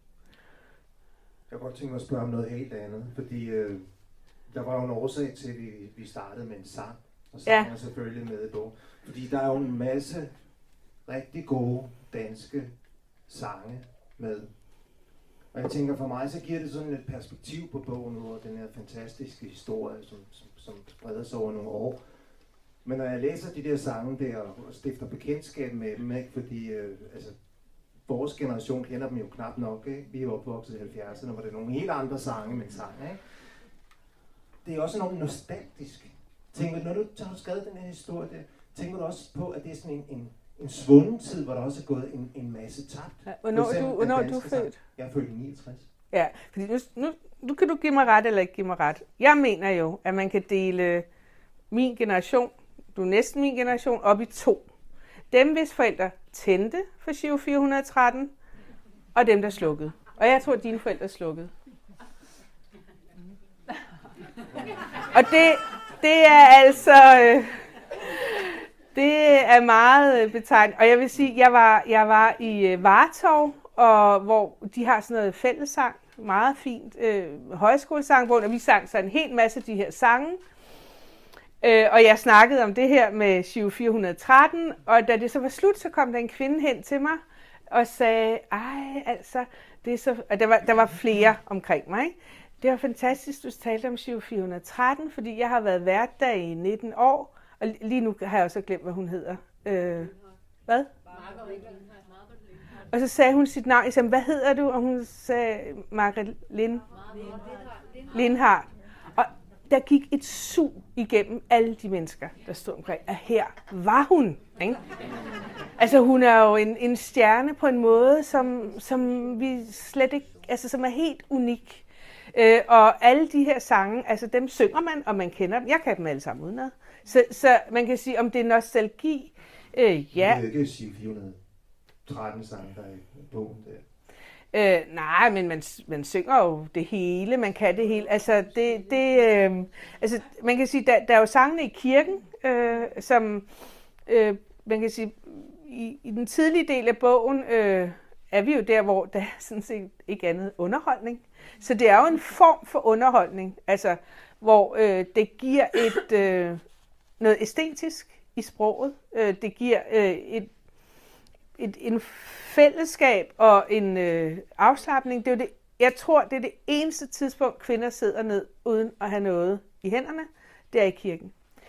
Speaker 4: Jeg kunne godt tænke mig at spørge om noget helt andet, fordi øh, der var jo en årsag til, at vi, vi startede med en sang, og sang
Speaker 3: Ja.
Speaker 4: er selvfølgelig med i bogen. Fordi der er jo en masse rigtig gode danske sange med. Og jeg tænker, for mig så giver det sådan et perspektiv på bogen, hvor den her fantastiske historie, som, som, som spreder sig over nogle år. Men når jeg læser de der sange der, og stifter bekendtskab med dem, ikke? Fordi øh, altså, vores generation kender dem jo knap nok, ikke? Vi er opvokset i halvfjerdserne, hvor det er nogle helt andre sange, men sange, ikke? Det er også enormt nostalgisk. Tænker, når du har skrevet den her historie der, tænker du også på, at det er sådan en, en, en svunden tid, hvor der også er gået en, en masse tabt?
Speaker 3: Ja, hvornår er du, hvornår du født?
Speaker 4: Jeg er født i niogtres.
Speaker 3: Ja, fordi nu, nu, nu kan du give mig ret eller ikke give mig ret. Jeg mener jo, at man kan dele min generation, du er næsten min generation, op i to. Dem, hvis forældre tændte for Giro fire hundrede og tretten, og dem, der slukkede. Og jeg tror, at dine forældre slukkede. Og det, det er altså... Øh, det er meget betegnende. Og jeg vil sige, jeg var jeg var i øh, Vartov, og hvor de har sådan noget fællessang, meget fint øh, højskolesang, hvor vi sang så en hel masse af de her sange. Øh, og jeg snakkede om det her med Giro fire hundrede og tretten, og da det så var slut, så kom der en kvinde hen til mig og sagde, ej, altså, det er så... Og der var, der var flere omkring mig, ikke? Det var fantastisk, du talte om Giro fire hundrede og tretten, fordi jeg har været vært der i nitten år, og lige nu har jeg også glemt, hvad hun hedder. Øh, hvad? Og så sagde hun sit navn. Jeg sagde, hvad hedder du? Og hun sagde, Margrethe Lind. Lindhardt. Og der gik et sug igennem alle de mennesker, der stod omkring, at her var hun. Ikke? Altså hun er jo en, en stjerne på en måde, som, som vi slet ikke, altså som er helt unik. Øh, og alle de her sange, altså dem synger man, og man kender dem. Jeg kan dem alle sammen udenad. Så, så man kan sige, om det er nostalgi, øh, ja.
Speaker 4: Det er ikke Giro fire hundrede og tretten sange, der er i bogen der.
Speaker 3: Øh, nej, men man, man synger jo det hele, man kan det hele. Altså, det, det, øh, altså man kan sige, der, der er jo sangene i kirken, øh, som øh, man kan sige, i, i den tidlige del af bogen øh, er vi jo der, hvor der er sådan set ikke andet underholdning. Så det er jo en form for underholdning, altså hvor øh, det giver et øh, noget æstetisk i sproget. Øh, det giver øh, et, et en fællesskab og en øh, afslapning. Det er jo det, jeg tror, det er det eneste tidspunkt, kvinder sidder ned uden at have noget i hænderne. Det er i kirken.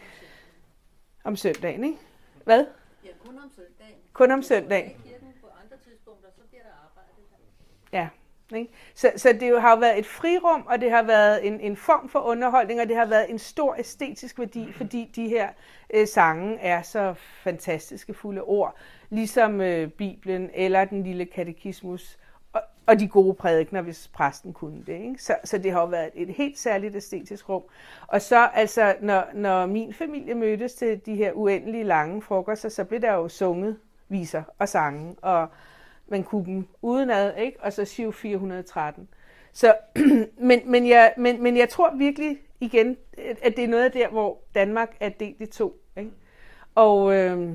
Speaker 3: Om søndagen, ikke? Hvad?
Speaker 6: Ja, kun om søndagen.
Speaker 3: Kun om søndagen.
Speaker 6: I kirken på andre tidspunkter, så bliver der arbejdet.
Speaker 3: Ja. Ikke? Så, så det jo har jo været et frirum, og det har været en, en form for underholdning, og det har været en stor æstetisk værdi, fordi de her øh, sange er så fantastiske fulde ord, ligesom øh, Bibelen eller den lille katekismus, og, og de gode prædikener, hvis præsten kunne det. Ikke? Så, så det har jo været et helt særligt æstetisk rum. Og så altså, når, når min familie mødtes til de her uendelige lange frokoster, så blev der jo sunget viser og sange, og man kunne dem udenad, ikke? Og så Giro fire hundrede og tretten. Så, men, men, jeg, men, men jeg tror virkelig igen, at det er noget af der, hvor Danmark er delt i to. Ikke? Og, øh,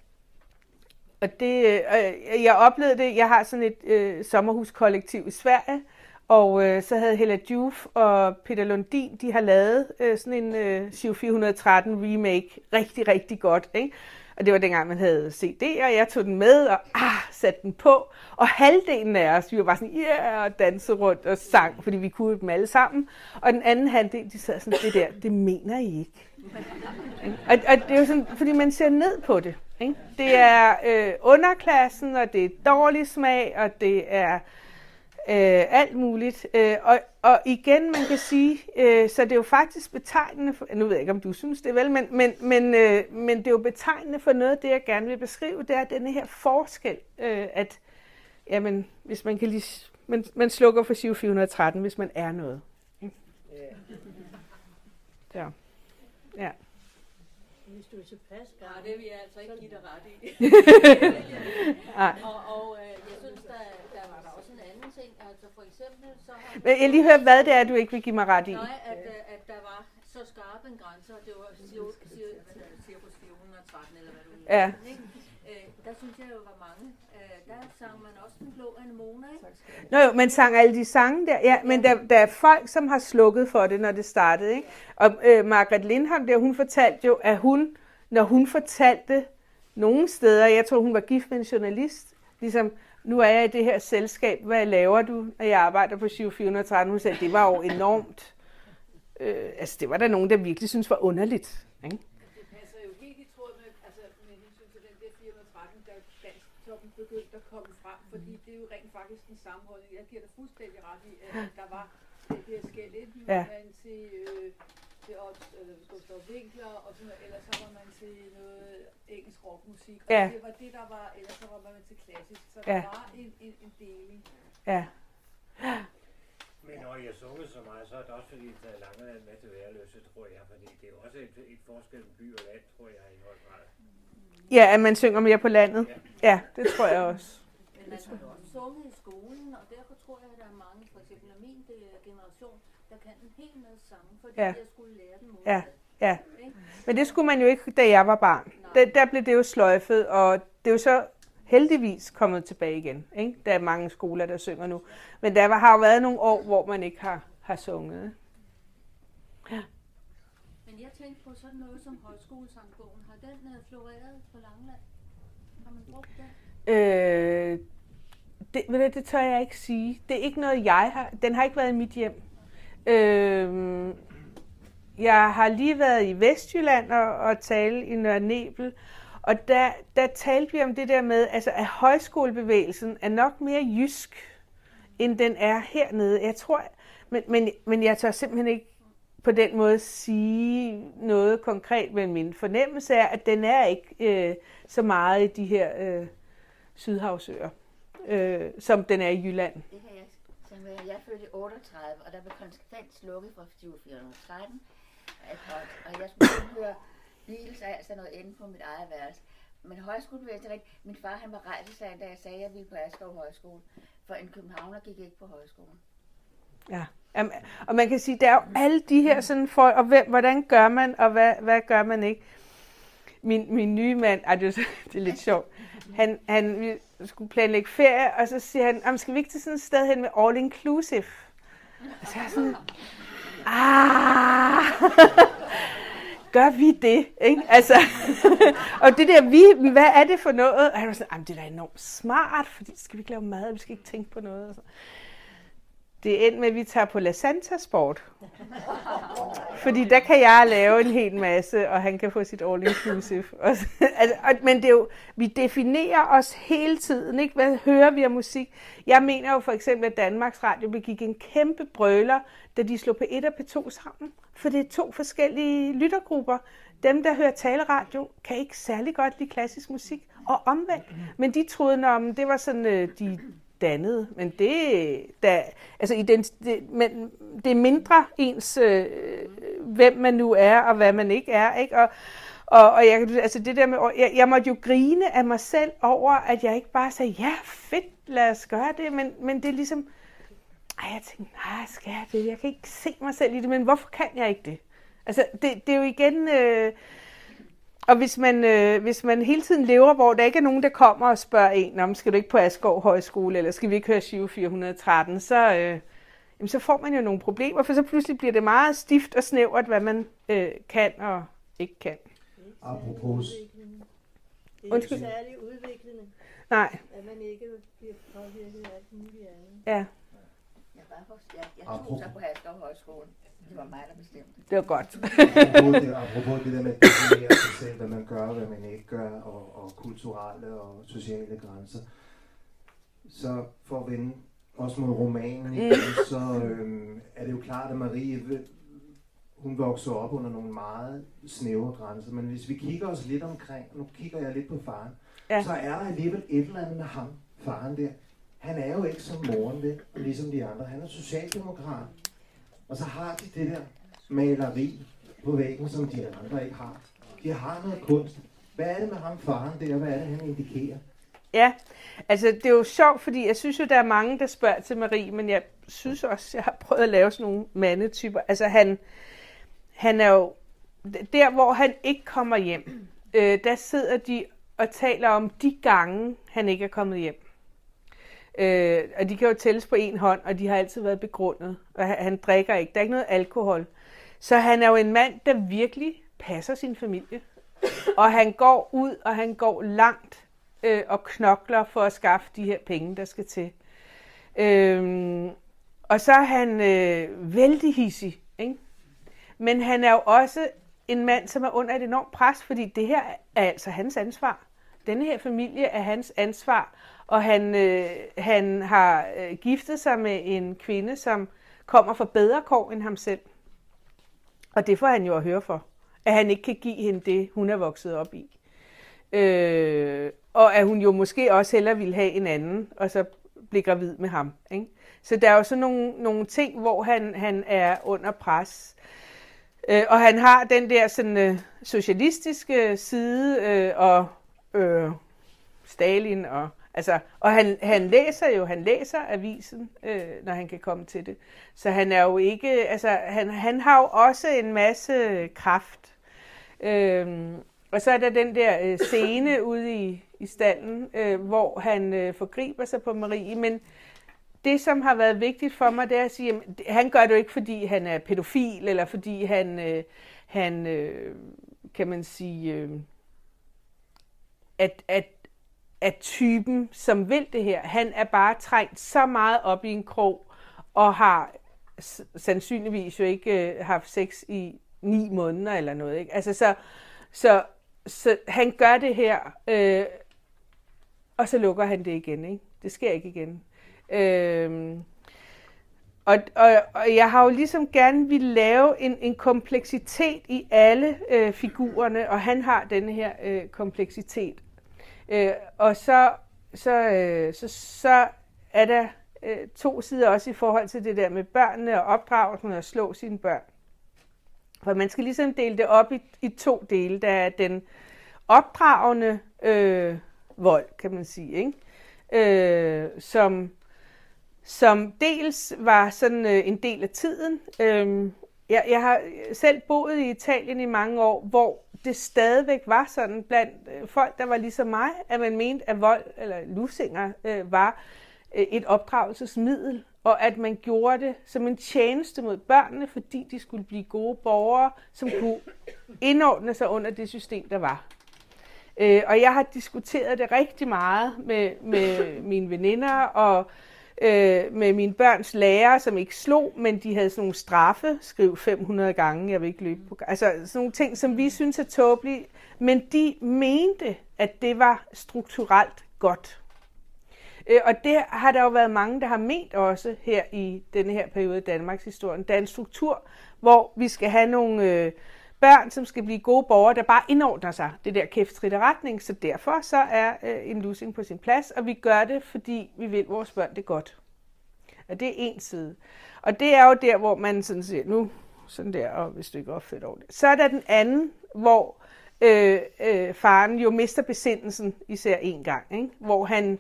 Speaker 3: og det, øh, jeg oplevede det, jeg har sådan et øh, sommerhuskollektiv i Sverige, og øh, så havde Hella Juf og Peter Lundin, de har lavet øh, sådan en øh, Giro fire hundrede og tretten remake, rigtig, rigtig godt, ikke? Og det var dengang, man havde C D'er, og jeg tog den med og ah, satte den på. Og halvdelen af os, vi var bare sådan, ja, yeah, og dansede rundt og sang, fordi vi kunne dem alle sammen. Og den anden halvdel, de sad sådan, det der, det mener I ikke. og, og det er jo sådan, fordi man ser ned på det. Ikke? Det er øh, underklassen, og det er dårlig smag, og det er øh, alt muligt. Øh, og, og igen, man kan sige, øh, så det er jo faktisk betegnende for, nu ved jeg ikke, om du synes det vel, men, men, men, øh, men det er jo betegnende for noget af det, jeg gerne vil beskrive, det er denne her forskel, øh, at jamen, hvis man kan lige, man, man slukker for Giro fire hundrede og tretten, hvis man er noget. Ja. Ja.
Speaker 6: Hvis du er tilpas, ja, det vil jeg altså ikke give dig ret i. og og øh, jeg synes, der, der var der også en anden ting. Altså for eksempel så har...
Speaker 3: Men jeg lige høre, hvad det er, du ikke vil give mig ret i.
Speaker 6: Nej, at, at der var så skarpe en grænse, og det var Giro fire hundrede og tretten, eller hvad du vil.
Speaker 3: Ja.
Speaker 6: Øh, der synes jeg jo var mange. Øh, der sang man også Den Blå Anemone, ikke?
Speaker 3: Nå jo, man sang alle de sange der. Ja, men der, der er folk, som har slukket for det, når det startede, ikke? Og øh, Margrethe Lindhardt der, hun fortalte jo, at hun, når hun fortalte nogle steder, jeg tror, hun var gift med en journalist, ligesom, nu er jeg i det her selskab, hvad laver du, når jeg arbejder på Giro fire hundrede og tretten? Hun sagde, det var jo enormt. Øh, altså, det var der nogen, der virkelig synes var underligt. Ikke?
Speaker 6: Det passer jo helt i tråd med, altså med hensyn til den der fire hundrede og tretten, der dansktoppen begyndte at komme frem, fordi det er jo rent faktisk den samme holdning. Jeg giver dig fuldstændig ret i, at der var det her skæld. Enten var man til, øh, til øh, Gustav Winkler, og sådan noget, eller så var man til noget engelsk rockmusik. Og
Speaker 3: ja.
Speaker 6: det var det, der var, eller så var man til klassisk. Så
Speaker 3: ja.
Speaker 6: der var en, en, en deling.
Speaker 3: Ja.
Speaker 7: Men når jeg sunget så meget, så er det også fordi, der er Langeland med til værløse, tror jeg. Fordi det er også et, et forskel by og land, tror jeg, i høj grad.
Speaker 3: Ja, at man synger mere på landet. Ja, ja det tror jeg også.
Speaker 6: Men man har jo også sunget i skolen, og derfor tror jeg, at der er mange, for eksempel af min generation, der kan en hel masse sange, fordi ja. jeg skulle lære dem ud.
Speaker 3: Ja, ja. Men det skulle man jo ikke, da jeg var barn. Der, der blev det jo sløjfet, og det er jo så heldigvis kommet tilbage igen. Ikke? Der er mange skoler, der synger nu. Men der har jo været nogle år, hvor man ikke har, har sunget. Ja.
Speaker 6: Men jeg tænkte på sådan noget som højskolesangbogen. Har den uh, floreret på Langeland? Har man brugt den?
Speaker 3: Øh, det, det, det tør jeg ikke sige. Det er ikke noget, jeg har. Den har ikke været i mit hjem. Øh, jeg har lige været i Vestjylland og, og tale i Nørre Nebel. Og der, der talte vi om det der med, altså, at højskolebevægelsen er nok mere jysk, end den er hernede. Jeg tror, men, men, men jeg tør simpelthen ikke på den måde sige noget konkret, men min fornemmelse er, at den er ikke øh, så meget i de her øh, sydhavsøer, øh, som den er i Jylland.
Speaker 8: Det kan jeg sige. Jeg er født i otteogtredive, og der blev konsekvent slukket fra Giro fire hundrede og tretten. Og jeg skulle høre Beatles og alt sådan noget inde på mit eget værelse. Men højskolebevægelsen, min far han var rejsesagen, da jeg sagde, at jeg ville på Askov Højskole. For en københavner gik ikke på højskolen. Ja,
Speaker 3: Jamen, og man kan sige, der er jo alle de her sådan for, og hvem, hvordan gør man, og hvad, hvad gør man ikke. Min, min nye mand, ej, det, er, det er lidt sjovt, han, han vi skulle planlægge ferie, og så siger han, skal vi ikke til sådan et sted hen med all inclusive? Og så er jeg sådan, ah, gør vi det, ikke? Altså, og det der, vi, hvad er det for noget? Og han var sådan, det er da enormt smart, fordi skal vi ikke lave mad, og vi skal ikke tænke på noget. Og så. Det er endt med, at vi tager på La Santa Sport. Fordi der kan jeg lave en hel masse, og han kan få sit all inclusive. altså, men det er jo, vi definerer os hele tiden, ikke? Hvad hører vi af musik? Jeg mener jo for eksempel, at Danmarks Radio begik en kæmpe brøler, da de slog P et og P to sammen. For det er to forskellige lyttergrupper. Dem, der hører taleradio, kan ikke særlig godt lide klassisk musik, og omvendt. Men de troede, at det var sådan, de dannede. Men det, der, altså i den, det, men det er mindre ens, øh, hvem man nu er, og hvad man ikke er. Ikke? Og, og, og jeg, altså det der med, jeg, jeg måtte jo grine af mig selv over, at jeg ikke bare sagde, ja, fedt, lad os gøre det. Men, men det er ligesom, ej, jeg tænkte, nej, skal jeg det? Jeg kan ikke se mig selv i det, men hvorfor kan jeg ikke det? Altså, det, det er jo igen... Øh, og hvis man, øh, hvis man hele tiden lever, hvor der ikke er nogen, der kommer og spørger en, om skal du ikke på Askov Højskole, eller skal vi ikke høre Giro fire hundrede og tretten, så, øh, jamen, så får man jo nogle problemer, for så pludselig bliver det meget stift og snævert, hvad man øh, kan og ikke kan.
Speaker 4: Apropos.
Speaker 9: Det er ikke særlig udviklende,
Speaker 3: Nej.
Speaker 9: at man ikke bliver påvirket af alt muligt andet.
Speaker 3: Ja.
Speaker 8: Jeg, var jeg, jeg tog så på Askov Højskole. Det var mig, der bestemte.
Speaker 3: Det var godt.
Speaker 4: apropos, det, apropos det der med at definere sig selv, hvad man gør, hvad man ikke gør, og, og kulturelle og sociale grænser. Så for at vende også mod romanen, igen, så øhm, er det jo klart, at Marie, hun voksede op under nogle meget snævre grænser. Men hvis vi kigger os lidt omkring, nu kigger jeg lidt på faren, ja. Så er der alligevel et eller andet med ham, faren der. Han er jo ikke som moren ved, ligesom de andre. Han er socialdemokrat. Og så har de det der maleri på væggen, som de andre ikke har. De har noget kunst. Hvad er det med ham, faren der? Hvad er det, han indikerer?
Speaker 3: Ja, altså det er jo sjovt, fordi jeg synes jo, der er mange, der spørger til Marie, men jeg synes også, jeg har prøvet at lave sådan nogle mandetyper. Altså han, han er jo, der hvor han ikke kommer hjem, øh, der sidder de og taler om de gange, han ikke er kommet hjem. Øh, og de kan jo tælles på en hånd, og de har altid været begrundet. Og han, han drikker ikke. Der er ikke noget alkohol. Så han er jo en mand, der virkelig passer sin familie. Og han går ud, og han går langt øh, og knokler for at skaffe de her penge, der skal til. Øhm, og så er han øh, vældig hissig, ikke? Men han er jo også en mand, som er under et enormt pres, fordi det her er altså hans ansvar. Denne her familie er hans ansvar, og han, øh, han har øh, giftet sig med en kvinde, som kommer fra bedre kår end ham selv. Og det får han jo at høre for, at han ikke kan give hende det, hun er vokset op i. Øh, og at hun jo måske også hellere ville have en anden, og så blive gravid med ham. Ikke? Så der er jo sådan nogle, nogle ting, hvor han, han er under pres. Øh, og han har den der sådan, øh, socialistiske side, øh, og øh, Stalin, og, altså, og han, han læser jo, han læser avisen, øh, når han kan komme til det. Så han er jo ikke, altså han, han har jo også en masse kraft. Øh, og så er der den der øh, scene ude i, i stallen, øh, hvor han øh, forgriber sig på Marie, men det, som har været vigtigt for mig, det er at sige, at han gør det jo ikke, fordi han er pædofil, eller fordi han, øh, han øh, kan man sige, øh, at, at, at typen, som vil det her, han er bare trængt så meget op i en krog, og har sandsynligvis jo ikke øh, haft sex i ni måneder eller noget. Ikke? Altså, så, så, så han gør det her, øh, og så lukker han det igen. Ikke? Det sker ikke igen. Øhm, og, og, og jeg har jo ligesom gerne vil lave en, en kompleksitet i alle øh, figurerne, og han har denne her øh, kompleksitet. Øh, og så, så, øh, så, så er der øh, to sider også i forhold til det der med børnene og opdragelsen og at slå sine børn. For man skal ligesom dele det op i, i to dele. Der er den opdragende øh, vold, kan man sige, ikke? Øh, som som dels var sådan øh, en del af tiden. Øh, jeg, jeg har selv boet i Italien i mange år, hvor det stadigvæk var sådan blandt øh, folk, der var ligesom mig, at man mente, at vold eller lussinger øh, var øh, et opdragelsesmiddel, og at man gjorde det som en tjeneste mod børnene, fordi de skulle blive gode borgere, som kunne indordne sig under det system, der var. Øh, og jeg har diskuteret det rigtig meget med, med mine veninder og øh, med mine børns lærere, som ikke slog, men de havde sådan nogle straffe, skriv fem hundrede gange, jeg vil ikke løbe på. Altså sådan nogle ting, som vi synes er tåbelige, men de mente, at det var strukturelt godt. Øh, og det har der jo været mange, der har ment også her i denne her periode i Danmarks historie. Der er en struktur, hvor vi skal have nogle øh, børn, som skal blive gode borgere, der bare indordner sig det der kæftridte retning, så derfor så er øh, en lussing på sin plads, og vi gør det, fordi vi vil vores børn det godt. Og det er en side. Og det er jo der, hvor man sådan siger, nu sådan der, og hvis du ikke opfører ordentligt. Så er der den anden, hvor øh, øh, faren jo mister besindelsen især en gang, ikke? Hvor han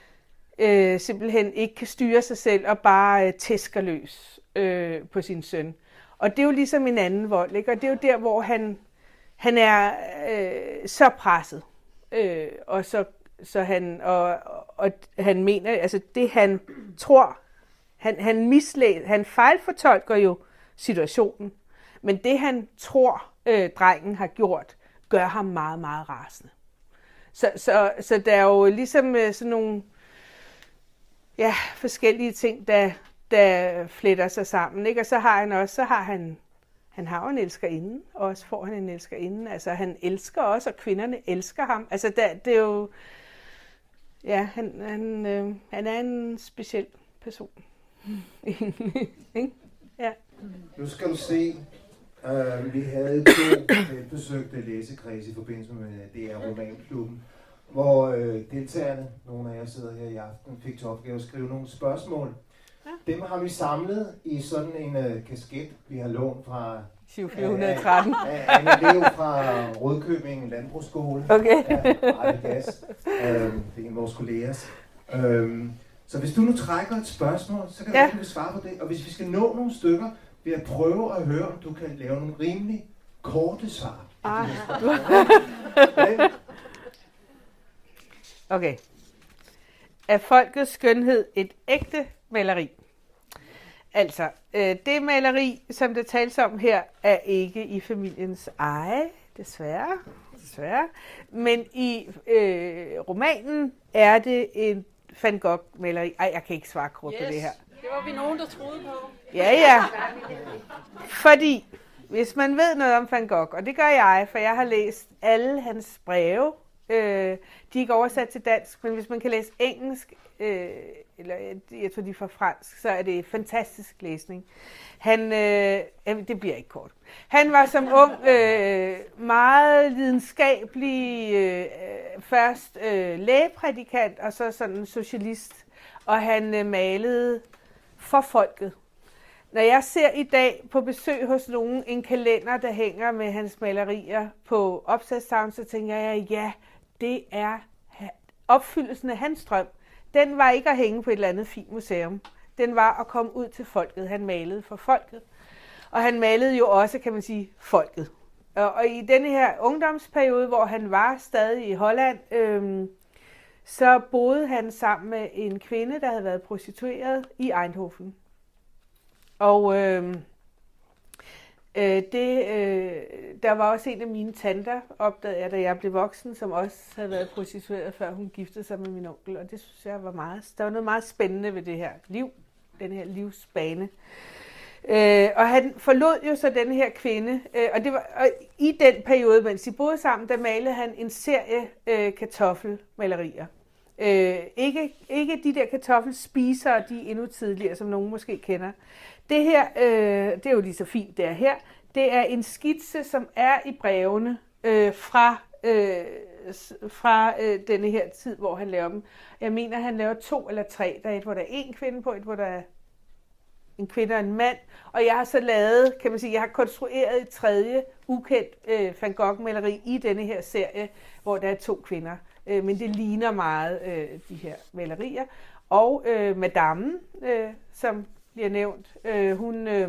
Speaker 3: øh, simpelthen ikke kan styre sig selv og bare øh, tæsker løs øh, på sin søn. Og det er jo ligesom en anden vold, ikke? Og det er jo der, hvor han, han er øh, så presset. Øh, og så, så han, og, og han mener, altså det han tror, han, han mislæser, han fejlfortolker jo situationen. Men det han tror, øh, drengen har gjort, gør ham meget, meget rasende. Så, så, så der er jo ligesom øh, sådan nogle ja, forskellige ting, der der fletter sig sammen, ikke? Og så har han også, så har han, han har jo en elskerinde, og også får han en elskerinde. Altså han elsker også, og kvinderne elsker ham. Altså der, det er jo, ja, han, han, øh, han er en speciel person. Ja.
Speaker 4: Nu skal du se, øh, vi havde to besøgte læsekreds i forbindelse med D R Romanklubben, hvor øh, deltagerne, nogle af jer sidder her i aften, fik til opgave at skrive nogle spørgsmål. Ja. Dem har vi samlet i sådan en uh, kasket, vi har lånt fra
Speaker 3: syv fire et tre af,
Speaker 4: af en elev fra Rødkøbing Landbrugsskole.
Speaker 3: Okay.
Speaker 4: Ja, gas. øhm, det er en af vores kollegers. Øhm, så hvis du nu trækker et spørgsmål, så kan ja. du svare på det. Og hvis vi skal nå nogle stykker, vil jeg prøve at høre, om du kan lave nogle rimelig korte svar.
Speaker 3: Ah. Okay. Er folkets skønhed et ægte maleri? Altså, øh, det maleri, som der tales om her, er ikke i familiens eje. Desværre. Desværre. Men i øh, romanen er det en Van Gogh-maleri. Ej, jeg kan ikke svare kort yes. på det her.
Speaker 2: Det var vi nogen, der troede på.
Speaker 3: Ja, ja. Fordi, hvis man ved noget om Van Gogh, og det gør jeg, for jeg har læst alle hans breve, øh, de er ikke oversat til dansk, men hvis man kan læse engelsk, øh, eller jeg tror de er fra fransk, så er det fantastisk læsning. Han, øh, det bliver ikke kort. Han var som ung øh, meget lidenskabelig, øh, først øh, lægeprædikant, og så sådan socialist, og han øh, malede for folket. Når jeg ser i dag på besøg hos nogen en kalender, der hænger med hans malerier på opslagstavlen, så tænker jeg, ja, det er opfyldelsen af hans drøm. Den var ikke at hænge på et eller andet fint museum. Den var at komme ud til folket. Han malede for folket. Og han malede jo også, kan man sige, folket. Og, og i denne her ungdomsperiode, hvor han var stadig i Holland, øhm, så boede han sammen med en kvinde, der havde været prostitueret i Eindhoven. Og øh, øh, det, øh, der var også en af mine tanter, opdagede jeg, da jeg blev voksen, som også havde været prostitueret, før hun giftede sig med min onkel. Og det synes jeg var meget, der var noget meget spændende ved det her liv, den her livsbane. Øh, og han forlod jo så den her kvinde, øh, og, det var, og i den periode, mens de boede sammen, der malede han en serie øh, kartoffelmalerier. Øh, ikke, ikke de der kartoffelspisere, de er endnu tidligere, som nogen måske kender. Det her, øh, det er jo lige så fint, det er her. Det er en skitse, som er i brevene øh, fra, øh, fra øh, denne her tid, hvor han laver dem. Jeg mener, han laver to eller tre. Der er et, hvor der er en kvinde på, et, hvor der er en kvinde og en mand. Og jeg har så lavet, kan man sige, jeg har konstrueret et tredje ukendt øh, Van Gogh-maleri i denne her serie, hvor der er to kvinder. Øh, men det ligner meget øh, de her malerier. Og øh, madammen, øh, som bliver nævnt, øh, hun, øh,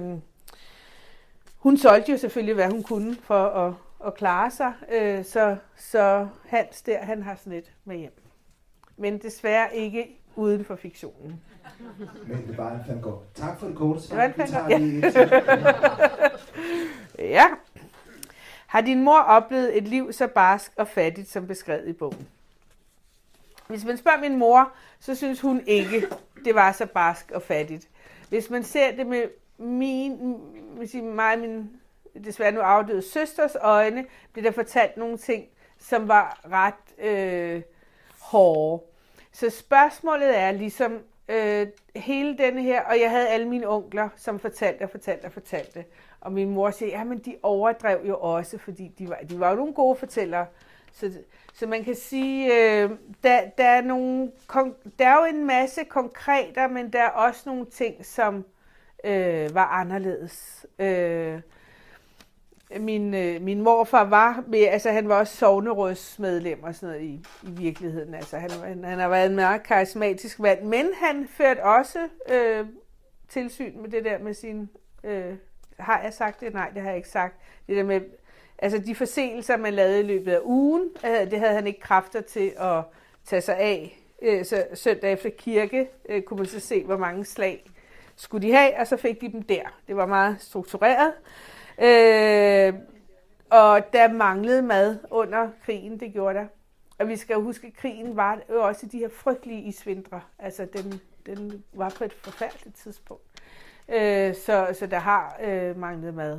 Speaker 3: hun solgte jo selvfølgelig, hvad hun kunne for at, at klare sig. Øh, så, så Hans der, han har sådan et med hjem. Men desværre ikke uden for fiktionen.
Speaker 4: Men det var en Van Gogh. Tak for det korte svar.
Speaker 3: Det var en Van Gogh. Ja. Ja. Har din mor oplevet et liv så barsk og fattigt, som beskrevet i bogen? Hvis man spørger min mor, så synes hun ikke, det var så barsk og fattigt. Hvis man ser det med min, mig og min desværre nu afdøde søsters øjne, blev der fortalt nogle ting, som var ret øh, hårde. Så spørgsmålet er ligesom øh, hele denne her, og jeg havde alle mine onkler, som fortalte og fortalte og fortalte. Og min mor siger, ja, men de overdrev jo også, fordi de var, de var jo nogle gode fortællere. Så, så man kan sige, øh, der, der, er nogle, der er jo en masse konkreter, men der er også nogle ting, som øh, var anderledes. Øh, min, øh, min morfar var, med, altså han var også sognerådsmedlem og sådan noget i, i virkeligheden. Altså han, han, han har været en meget karismatisk mand, men han førte også øh, tilsyn med det der med sin... Øh, har jeg sagt det? Nej, det har jeg ikke sagt. Det der med... Altså de forseelser, man lavede i løbet af ugen, det havde han ikke kræfter til at tage sig af. Så søndag efter kirke kunne man så se, hvor mange slag skulle de have, og så fik de dem der. Det var meget struktureret. Og der manglede mad under krigen, det gjorde der. Og vi skal jo huske, at krigen var jo også de her frygtelige isvintre. Altså den, den var på et forfærdeligt tidspunkt. Så, så der har manglet mad.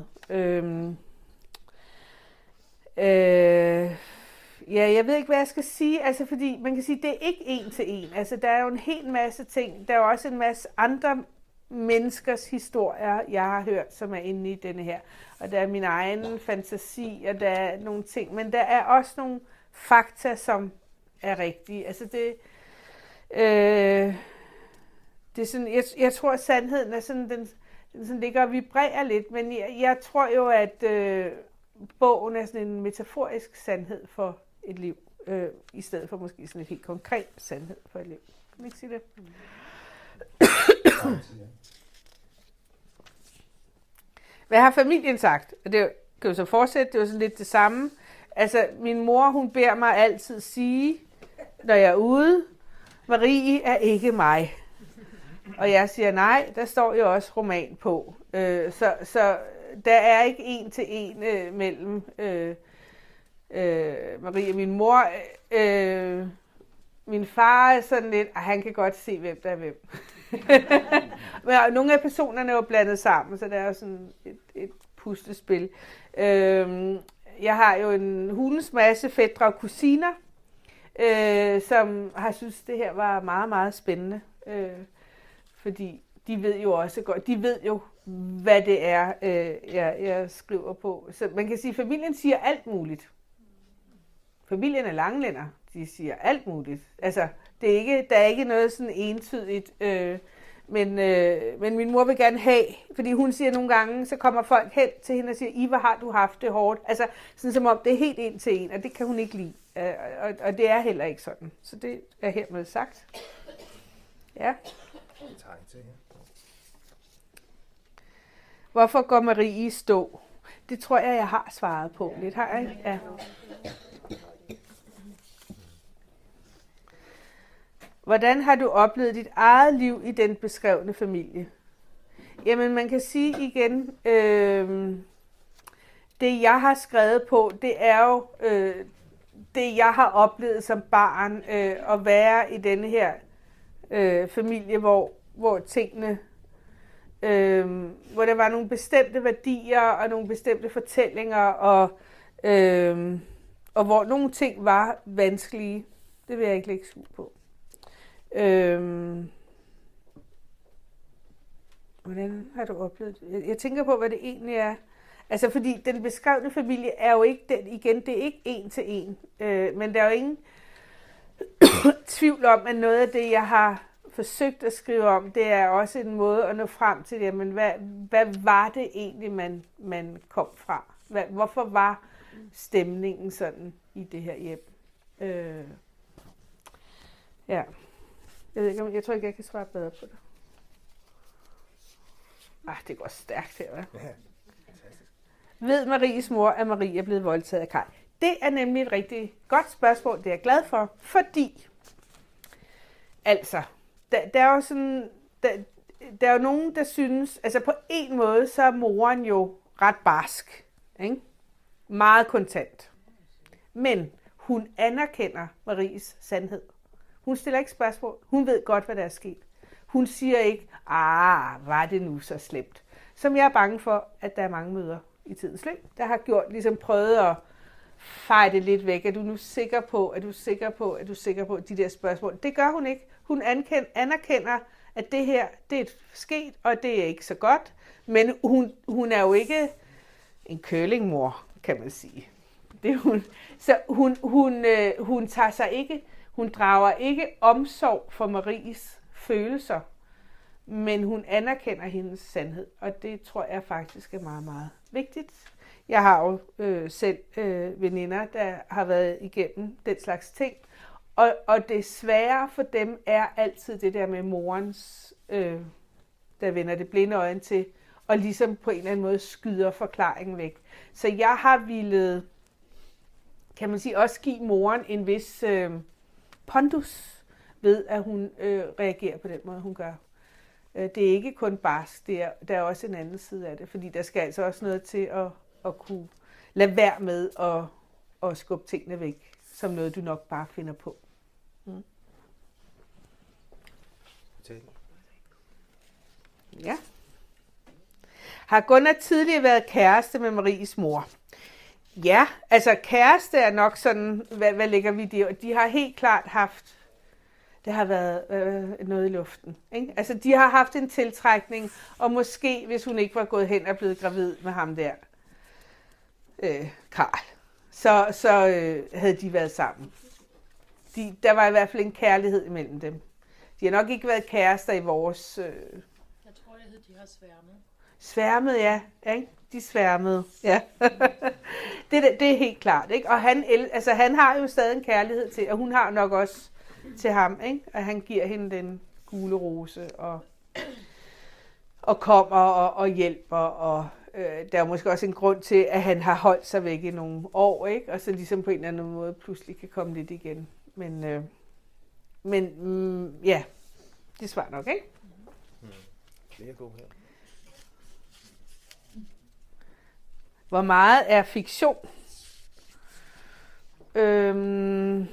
Speaker 3: Øh, ja, jeg ved ikke, hvad jeg skal sige, altså fordi man kan sige, det er ikke en til en. Altså der er jo en hel masse ting. Der er jo også en masse andre menneskers historier, jeg har hørt, som er inde i denne her. Og der er min egen fantasi, og der er nogle ting. Men der er også nogle fakta, som er rigtige. Altså det... Øh, det er sådan, jeg, jeg tror, at sandheden er sådan, den, den sådan ligger og vibrerer lidt, men jeg, jeg tror jo, at... Øh, bogen er sådan en metaforisk sandhed for et liv, øh, i stedet for måske sådan et helt konkret sandhed for et liv. Kan man ikke sige det? Hvad har familien sagt? Og det kan jo så fortsætte, det er jo sådan lidt det samme. Altså, min mor, hun beder mig altid sige, når jeg er ude, Marie er ikke mig. Og jeg siger nej, der står jo også roman på. Øh, så, så der er ikke en til en øh, mellem øh, øh, Marie, min mor, øh, min far er sådan lidt, at han kan godt se, hvem der er hvem. Men nogle af personerne er jo blandet sammen, så det er jo sådan et, et puslespil. Øh, jeg har jo en hundens masse fætre og kusiner, øh, som har synes det her var meget, meget spændende. Øh, fordi de ved jo også godt, de ved jo, hvad det er, øh, jeg, jeg skriver på. Så man kan sige, at familien siger alt muligt. Familien er langlænder, de siger alt muligt. Altså, det er ikke, der er ikke noget sådan entydigt, øh, men, øh, men min mor vil gerne have, fordi hun siger nogle gange, så kommer folk hen til hende og siger, I, hvor har du haft det hårdt? Altså, sådan som om det er helt ind til en, og det kan hun ikke lide. Øh, og, og det er heller ikke sådan. Så det er hermed sagt. Ja. Hvorfor går Marie i stå? Det tror jeg, jeg har svaret på lidt. Har jeg? Ja. Hvordan har du oplevet dit eget liv i den beskrevne familie? Jamen, man kan sige igen, øh, det jeg har skrevet på, det er jo øh, det, jeg har oplevet som barn, øh, at være i denne her øh, familie, hvor, hvor tingene, øh, hvor der var nogle bestemte værdier og nogle bestemte fortællinger, og, øh, og hvor nogle ting var vanskelige. Det vil jeg ikke lægge skjul på. Øhm, hvordan har du oplevet det? Jeg, jeg tænker på, hvad det egentlig er. Altså, fordi den beskrevne familie er jo ikke, den, igen, det er ikke en til en. Øh, men der er jo ingen tvivl om, at noget af det, jeg har forsøgt at skrive om, det er også en måde at nå frem til det. Men hvad, hvad var det egentlig, man, man kom fra? Hvad, hvorfor var stemningen sådan i det her hjem? Øh, ja. Jeg ved ikke, jeg tror ikke, jeg kan svare bedre på det. Ah, det går stærkt her, hva'? Ja, fantastisk. Ved Maries mor, at Marie er blevet voldtaget af Kaj? Det er nemlig et rigtig godt spørgsmål, det er jeg glad for, fordi, altså, der, der er jo sådan, der, der er jo nogen, der synes, altså på en måde, så er moren jo ret barsk, ikke? Meget kontant. Men hun anerkender Maries sandhed. Hun stiller ikke spørgsmål. Hun ved godt, hvad der er sket. Hun siger ikke, ah, var det nu så slemt. Som jeg er bange for, at der er mange møder i tidens løb, der har gjort, ligesom prøvet at feje det lidt væk. Er du nu sikker på, er du sikker på, er du sikker på de der spørgsmål? Det gør hun ikke. Hun anerkender, at det her, det er sket, og det er ikke så godt. Men hun, hun er jo ikke en curlingmor, kan man sige. Det er hun. Så hun, hun, øh, hun tager sig ikke... Hun drager ikke omsorg for Maries følelser, men hun anerkender hendes sandhed, og det tror jeg faktisk er meget, meget vigtigt. Jeg har jo øh, selv øh, veninder, der har været igennem den slags ting, og, og det svære for dem er altid det der med morens, øh, der vender det blinde øjne til, og ligesom på en eller anden måde skyder forklaringen væk. Så jeg har villet, kan man sige, også give moren en vis... Øh, pondus ved, at hun øh, reagerer på den måde, hun gør. Øh, det er ikke kun barsk, det er, der er også en anden side af det, fordi der skal altså også noget til at, at kunne lade være med at, at skubbe tingene væk, som noget, du nok bare finder på. Mm. Ja. Har Gunnar tidligere været kæreste med Maries mor? Ja, altså kæreste er nok sådan, hvad, hvad lægger vi det? De har helt klart haft, det har været øh, noget i luften. Ikke? Altså de har haft en tiltrækning, og måske, hvis hun ikke var gået hen og blevet gravid med ham der, øh, Karl, så, så øh, havde de været sammen. De, der var i hvert fald en kærlighed imellem dem. De har nok ikke været kærester i vores... Øh...
Speaker 5: Jeg tror, jeg hed, de har sværmet.
Speaker 3: Sværmet, ja. Ikke? De sværmede, ja. det, det er helt klart, ikke? Og han, altså, han har jo stadig en kærlighed til, og hun har nok også til ham, ikke? Og han giver hende den gule rose, og, og kommer og, og hjælper, og øh, der er måske også en grund til, at han har holdt sig væk i nogle år, ikke? Og så ligesom på en eller anden måde pludselig kan komme lidt igen. Men, øh, men mm, ja, det svarer nok, ikke?
Speaker 10: Mm. Flere gode her.
Speaker 3: Hvor meget er fiktion? Øhm,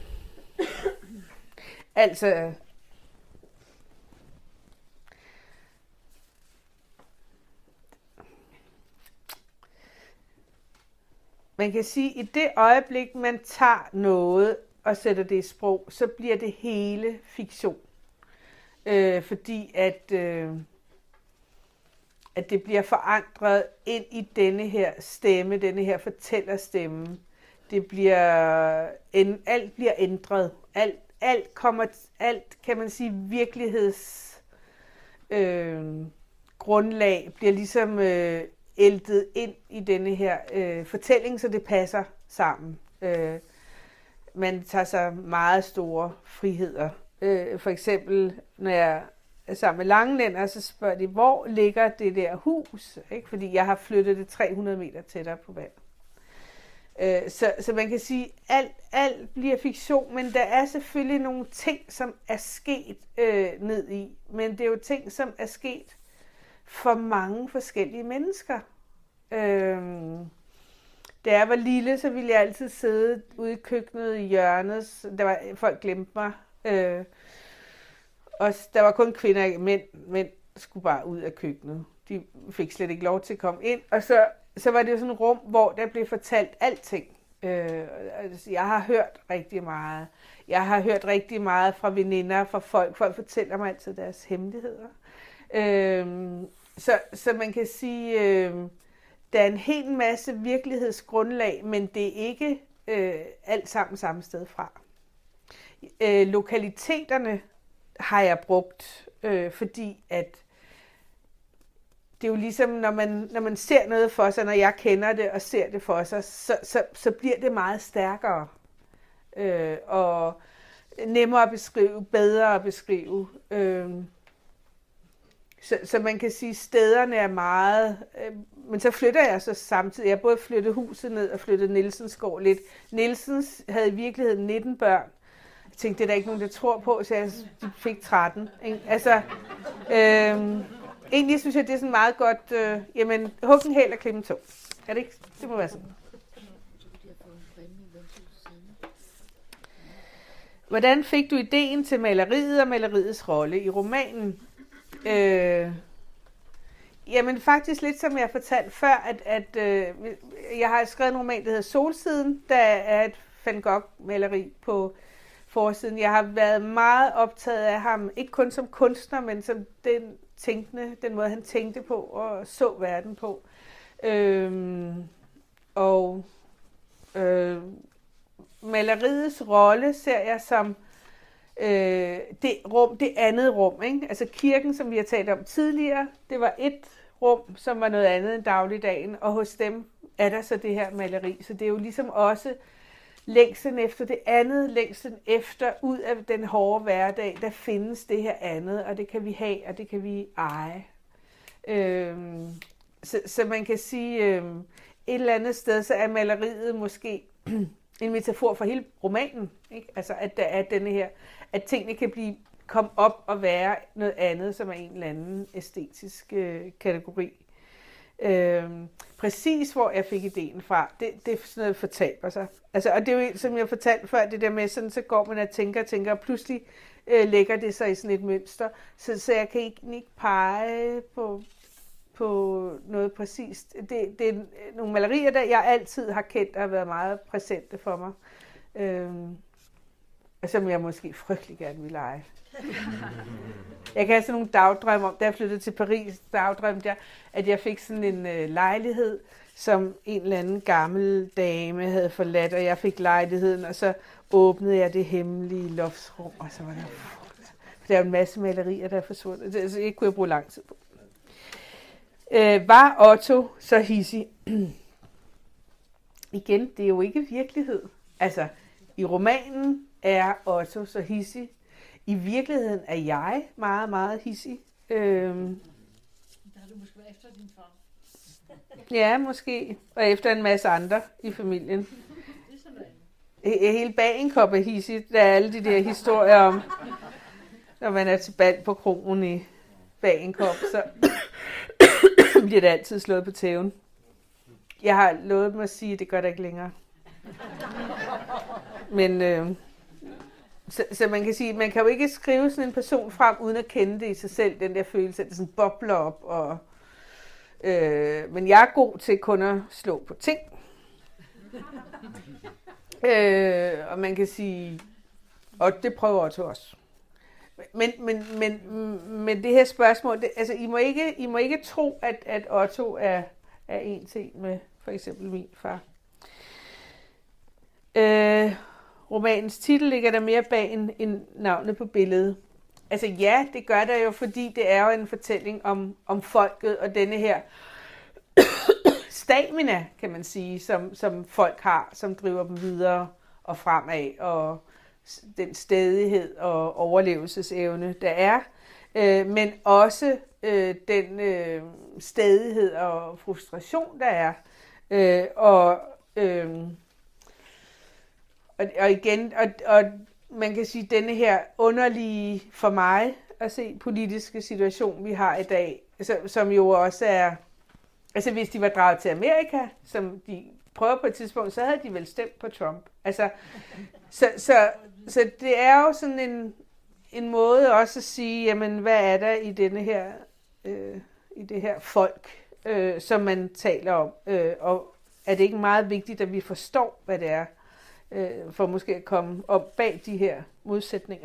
Speaker 3: altså, man kan sige, at i det øjeblik, man tager noget og sætter det i sprog, så bliver det hele fiktion. Øh, fordi at, øh, at det bliver forandret ind i denne her stemme, denne her fortællerstemme. Det bliver, en, alt bliver ændret. Alt, alt kommer, alt kan man sige, virkeligheds øh, grundlag bliver ligesom øh, æltet ind i denne her øh, fortælling, så det passer sammen. Øh, man tager sig meget store friheder. Øh, for eksempel, når jeg er sammen med Langelænder, så spørger de, hvor ligger det der hus? Ikke? Fordi jeg har flyttet det tre hundrede meter tættere på vand. Øh, så, så man kan sige, at alt, alt bliver fiktion, men der er selvfølgelig nogle ting, som er sket øh, ned i. Men det er jo ting, som er sket for mange forskellige mennesker. Øh, Da jeg var lille, så ville jeg altid sidde ude i køkkenet i hjørnet. Der var, folk glemte mig. Øh, og der var kun kvinder og mænd. Mænd skulle bare ud af køkkenet. De fik slet ikke lov til at komme ind. Og så, så var det jo sådan et rum, hvor der blev fortalt alting. Øh, altså, jeg har hørt rigtig meget. Jeg har hørt rigtig meget fra veninder, fra folk. Folk fortæller mig altid deres hemmeligheder. Øh, så, så man kan sige... Øh, Der er en hel masse virkelighedsgrundlag, men det er ikke øh, alt sammen samme sted fra. Øh, lokaliteterne har jeg brugt, øh, fordi at det er jo ligesom, når man, når man ser noget for sig, når jeg kender det og ser det for sig, så, så, så bliver det meget stærkere. Øh, og nemmere at beskrive, bedre at beskrive. Øh, Så, så man kan sige, at stederne er meget... Øh, men så flytter jeg så samtidig. Jeg har både flyttet huset ned og flyttet Nielsens gård lidt. Nielsens havde i virkeligheden nitten børn. Jeg tænkte, det er der ikke nogen, der tror på, så jeg de fik tretten. Ikke? Altså, øh, egentlig synes jeg, det er sådan meget godt... Øh, jamen, hug en hæl og klemme to. Er det ikke? Det må være sådan. Hvordan fik du ideen til maleriet og maleriets rolle i romanen? Øh, jamen faktisk lidt som jeg fortalte før, at, at øh, jeg har skrevet en roman, der hedder Solsiden, der er et Van Gogh-maleri på forsiden. Jeg har været meget optaget af ham, ikke kun som kunstner, men som den tænkende, den måde han tænkte på og så verden på. Øh, og øh, maleriets rolle ser jeg som Øh, det rum, det andet rum, ikke? Altså kirken, som vi har talt om tidligere, det var et rum, som var noget andet end dagligdagen, og hos dem er der så det her maleri. Så det er jo ligesom også længslen efter det andet, længslen efter ud af den hårde hverdag, der findes det her andet, og det kan vi have, og det kan vi eje. Øh, så, så man kan sige, øh, et eller andet sted, så er maleriet måske en metafor for hele romanen, ikke? Altså at der er denne her, at tingene kan blive komme op og være noget andet, som er en eller anden æstetisk øh, kategori. Øh, præcis hvor jeg fik ideen fra, det, det er sådan noget fortaber sig. Altså, og det er jo, som jeg fortalte før, det der med, sådan, så går man og tænker og tænker, og pludselig øh, lægger det sig i sådan et mønster, så, så jeg kan ikke, ikke pege på, på noget præcist. Det, det er nogle malerier, der jeg altid har kendt og har været meget præsente for mig. Øhm, og som jeg måske frygtelig gerne vil lege. Jeg kan have sådan nogle dagdrømme om, da jeg flyttede til Paris, dagdrømte jeg, at jeg fik sådan en øh, lejlighed, som en eller anden gammel dame havde forladt, og jeg fik lejligheden, og så åbnede jeg det hemmelige loftsrum, og så var der... Der er jo en masse malerier, der er forsvundet. Det, altså, det kunne jeg bruge lang tid på. Øh, var Otto så hissig? Igen, det er jo ikke virkelighed. Altså, i romanen er Otto så hissig. I virkeligheden er jeg meget, meget hissig. Øhm,
Speaker 9: Der har du måske været efter din far.
Speaker 3: ja, måske. Og efter en masse andre i familien.
Speaker 9: Det er sådan noget.
Speaker 3: Hele Bagenkop er hissig. Der er alle de der historier om, når man er til bal på krogen i Bagenkop, så bliver det altid slået på tæven. Jeg har lovet mig at sige, at det gør det ikke længere. men øh, så, så man kan sige, man kan jo ikke skrive sådan en person frem, uden at kende det i sig selv, den der følelse, at det sådan bobler op. Og, øh, men jeg er god til kun at slå på ting. øh, og man kan sige, og det prøver Otto også. Men, men, men, men det her spørgsmål, det, altså I må ikke, I må ikke tro, at, at Otto er, er en til en med for eksempel min far. Øh, romanens titel ligger der mere bag end, end navnet på billedet. Altså ja, det gør der jo, fordi det er jo en fortælling om, om folket og denne her stamina, kan man sige, som, som folk har, som driver dem videre og fremad, og den stædighed og overlevelsesevne, der er, øh, men også øh, den øh, stædighed og frustration, der er. Øh, og, øh, og, og igen, og, og man kan sige, denne her underlige, for mig at se, politiske situation, vi har i dag, så, som jo også er, altså hvis de var draget til Amerika, som de prøver på et tidspunkt, så havde de vel stemt på Trump. Altså, så, så, så det er jo sådan en, en måde også at sige, jamen hvad er der i denne her, øh, i det her folk, øh, som man taler om, øh, og er det ikke meget vigtigt, at vi forstår, hvad det er, øh, for måske at komme op bag de her modsætninger.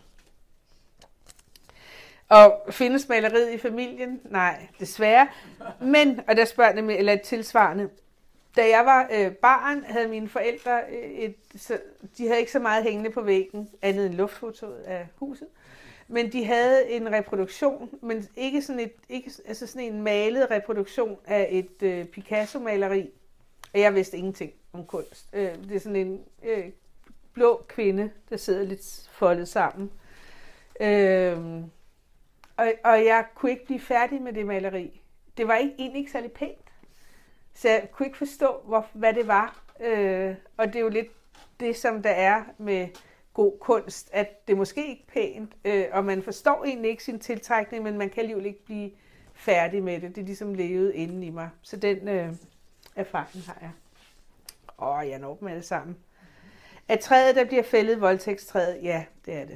Speaker 3: Og findes maleriet i familien? Nej, desværre. Men, og der spørger nemlig, eller et tilsvarende, da jeg var øh, barn, havde mine forældre, et, så, de havde ikke så meget hængende på væggen, andet end luftfotoet af huset. Men de havde en reproduktion, men ikke sådan, et, ikke, altså sådan en malet reproduktion af et øh, Picasso-maleri. Og jeg vidste ingenting om kunst. Øh, det er sådan en øh, blå kvinde, der sidder lidt foldet sammen. Øh, og, og jeg kunne ikke blive færdig med det maleri. Det var ikke, egentlig ikke særlig pænt. Så jeg kunne ikke forstå, hvor, hvad det var. Øh, og det er jo lidt det, som der er med god kunst, at det måske ikke er pænt, øh, og man forstår egentlig ikke sin tiltrækning, men man kan alligevel ikke blive færdig med det. Det er ligesom levet inden i mig. Så den øh, erfaring har jeg. Åh, jeg når dem alle sammen. Er træet, der bliver fældet, voldtægtstræet? Ja, det er det.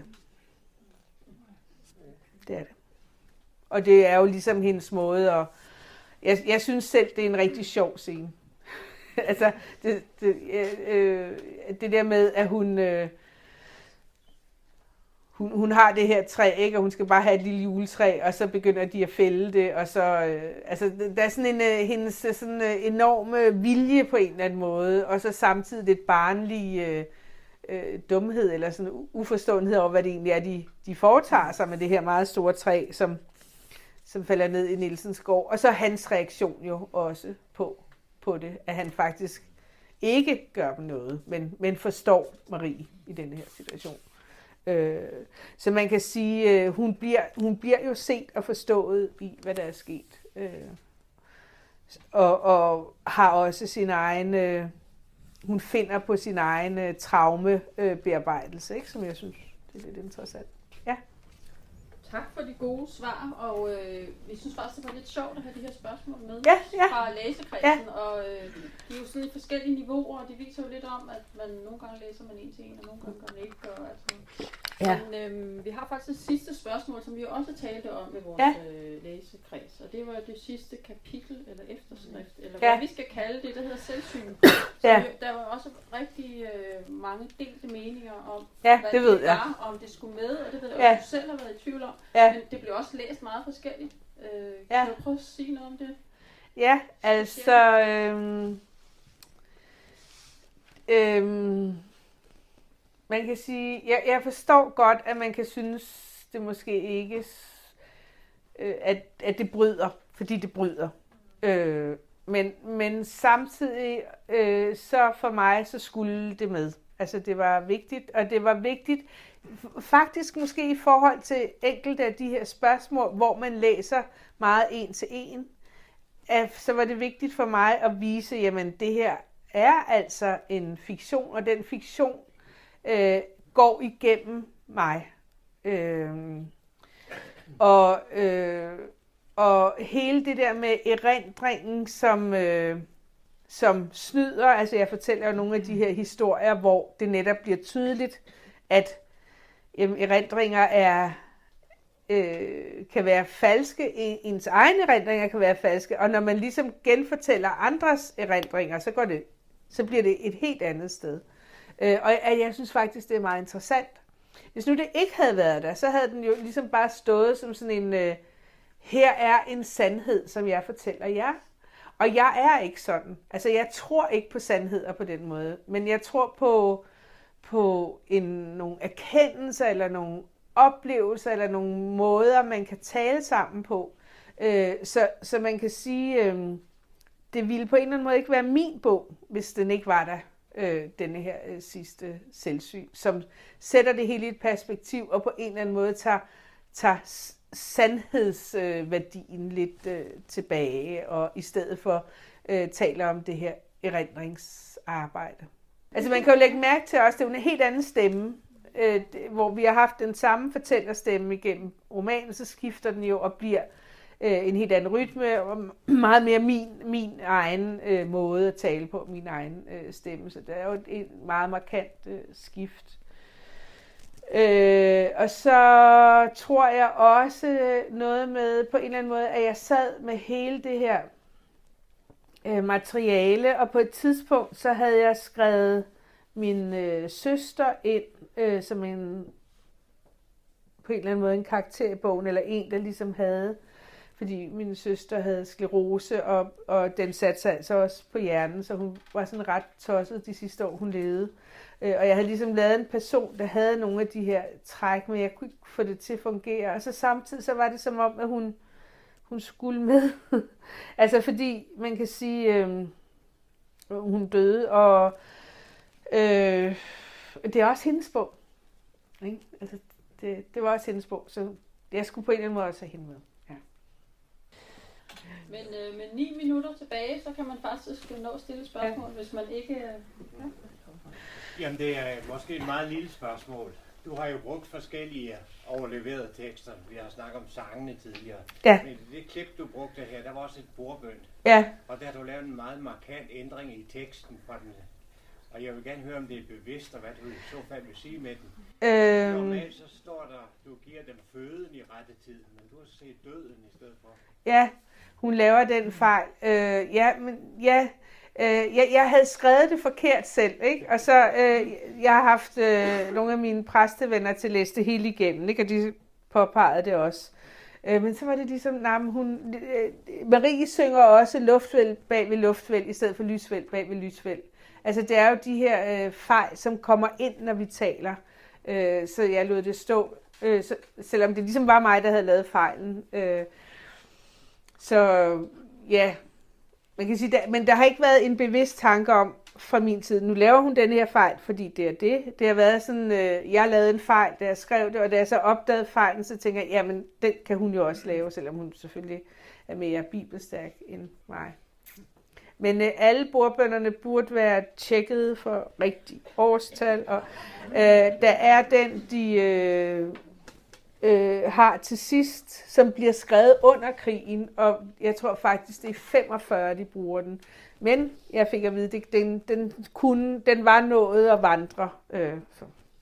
Speaker 3: Det er det. Og det er jo ligesom hendes måde at... Jeg, jeg synes selv, det er en rigtig sjov scene. altså, det, det, øh, det der med, at hun, øh, hun, hun har det her træ, ikke? Og hun skal bare have et lille juletræ, og så begynder de at fælde det, og så, øh, altså, der er sådan en, øh, hendes sådan, øh, enorme vilje på en eller anden måde, og så samtidig lidt barnlig øh, øh, dumhed, eller sådan uforståenhed over, hvad det egentlig er, de, de foretager sig med det her meget store træ, som som falder ned i Nielsens gård, og så hans reaktion jo også på, på det, at han faktisk ikke gør dem noget, men, men forstår Marie i denne her situation. Øh, så man kan sige, øh, hun, bliver, hun bliver jo set og forstået i, hvad der er sket. Øh, og, og har også sin egen, øh, hun finder på sin egen øh, traumebearbejdelse, øh, ikke, som jeg synes, det er lidt interessant. Ja.
Speaker 2: Tak for de gode svar, og øh, vi synes faktisk, det var lidt sjovt at have de her spørgsmål med
Speaker 3: ja, ja.
Speaker 2: fra læsekredsen, ja. og øh, de er jo sådan i forskellige niveauer, og de viser jo lidt om, at man nogle gange læser man en til en, og nogle gange gør man ikke. Og, altså. ja. Men øh, vi har faktisk det sidste spørgsmål, som vi jo også talte om med vores ja. øh, læsekreds, og det var det sidste kapitel, eller efterskrift, eller ja. hvad vi skal kalde det, der hedder selvsyn. Så ja. der var også rigtig øh, mange delte meninger om,
Speaker 3: ja,
Speaker 2: hvad
Speaker 3: det,
Speaker 2: det
Speaker 3: ved
Speaker 2: var, om det skulle med, og det ved jeg
Speaker 3: ja.
Speaker 2: også, du selv har været i tvivl om.
Speaker 3: Ja.
Speaker 2: Men det blev også læst meget forskelligt. Øh,
Speaker 3: ja.
Speaker 2: Kan du prøve at sige noget om det?
Speaker 3: Ja, altså... Øhm, øhm, man kan sige... Jeg, jeg forstår godt, at man kan synes, det måske ikke... Øh, at, at det bryder, fordi det bryder. Øh, men, men samtidig, øh, så for mig, så skulle det med. Altså, det var vigtigt, og det var vigtigt... Faktisk måske i forhold til enkelte af de her spørgsmål, hvor man læser meget en til en, så var det vigtigt for mig at vise, jamen det her er altså en fiktion, og den fiktion øh, går igennem mig. Øh, og, øh, og hele det der med erindringen som, øh, som snyder. Altså jeg fortæller jo nogle af de her historier, hvor det netop bliver tydeligt, at jamen, erindringer er, øh, kan være falske, ens egne erindringer kan være falske, og når man ligesom genfortæller andres erindringer, så, går det, så bliver det et helt andet sted. Øh, og jeg, jeg synes faktisk, det er meget interessant. Hvis nu det ikke havde været der, så havde den jo ligesom bare stået som sådan en, øh, her er en sandhed, som jeg fortæller jer. Og jeg er ikke sådan. Altså jeg tror ikke på sandheder på den måde, men jeg tror på, på en, nogle erkendelser, eller nogle oplevelser, eller nogle måder, man kan tale sammen på. Øh, så, så man kan sige, øh, det ville på en eller anden måde ikke være min bog, hvis den ikke var der. Øh, denne her øh, sidste selvsyn, som sætter det hele i et perspektiv, og på en eller anden måde tager, tager sandhedsværdien øh, lidt øh, tilbage, og i stedet for øh, taler om det her erindringsarbejde. Altså man kan jo lægge mærke til også, det er jo en helt anden stemme, øh, hvor vi har haft den samme fortællerstemme igennem romanen, så skifter den jo og bliver en helt anden rytme, og meget mere min, min egen øh, måde at tale på, min egen øh, stemme. Så det er jo et, et meget markant øh, skift. Øh, og så tror jeg også noget med, på en eller anden måde, at jeg sad med hele det her øh, materiale, og på et tidspunkt, så havde jeg skrevet min øh, søster ind, øh, som en, på en eller anden måde en karakter i bogen, eller en, der ligesom havde, fordi min søster havde sklerose, og, og den satte sig altså også på hjernen, så hun var sådan ret tosset de sidste år, hun levede. Øh, og jeg havde ligesom lavet en person, der havde nogle af de her træk, men jeg kunne ikke få det til at fungere. Og så samtidig så var det som om, at hun, hun skulle med. Altså fordi man kan sige, øh, hun døde, og øh, det er også hendes bog. Ikke? Altså, det, det var også hendes bog, så jeg skulle på en eller anden måde også have hende med.
Speaker 2: Men øh, med ni minutter tilbage, så kan man faktisk nå at stille spørgsmål, ja. Hvis man ikke... Øh, ja.
Speaker 7: Jamen, det er måske et meget lille spørgsmål. Du har jo brugt forskellige overleverede tekster. Vi har snakket om sangene tidligere.
Speaker 3: Ja.
Speaker 7: Men det klip, du brugte her, der var også et bordbøn.
Speaker 3: Ja.
Speaker 7: Og der har du lavet en meget markant ændring i teksten fra den. Og jeg vil gerne høre, om det er bevidst, og hvad du i så fald vil sige med den. Øhm... Normalt så står der, du giver dem føden i rette tid, men du har set døden i stedet for.
Speaker 3: Ja, hun laver den fejl. Øh, ja, men ja, øh, jeg, jeg havde skrevet det forkert selv, ikke? Og så, øh, jeg har haft øh, nogle af mine præstevenner til at læse det hele igennem, ikke? Og de påpegede det også. Øh, men så var det ligesom, nej, hun, øh, Marie synger også luftvæld bag ved luftvæld, i stedet for lysvæld bag ved lysvæld. Altså det er jo de her øh, fejl, som kommer ind, når vi taler. Øh, så jeg lod det stå, øh, så, selvom det ligesom var mig, der havde lavet fejlen. Øh, så ja, man kan sige, der, men der har ikke været en bevidst tanke om fra min tid. Nu laver hun den her fejl, fordi det er det. Det har været sådan, øh, jeg lavede en fejl, da jeg skrev det, og da jeg så opdagede fejlen, så tænker jeg, jamen den kan hun jo også lave, selvom hun selvfølgelig er mere bibelstærk end mig. Men øh, alle bordbønnerne burde være tjekket for rigtig årstal, og øh, der er den, de øh, øh, har til sidst, som bliver skrevet under krigen, og jeg tror faktisk, det er femogfyrre, de bruger den. Men jeg fik at vide, at den, den, kunne, den var nået at vandre. Øh, så.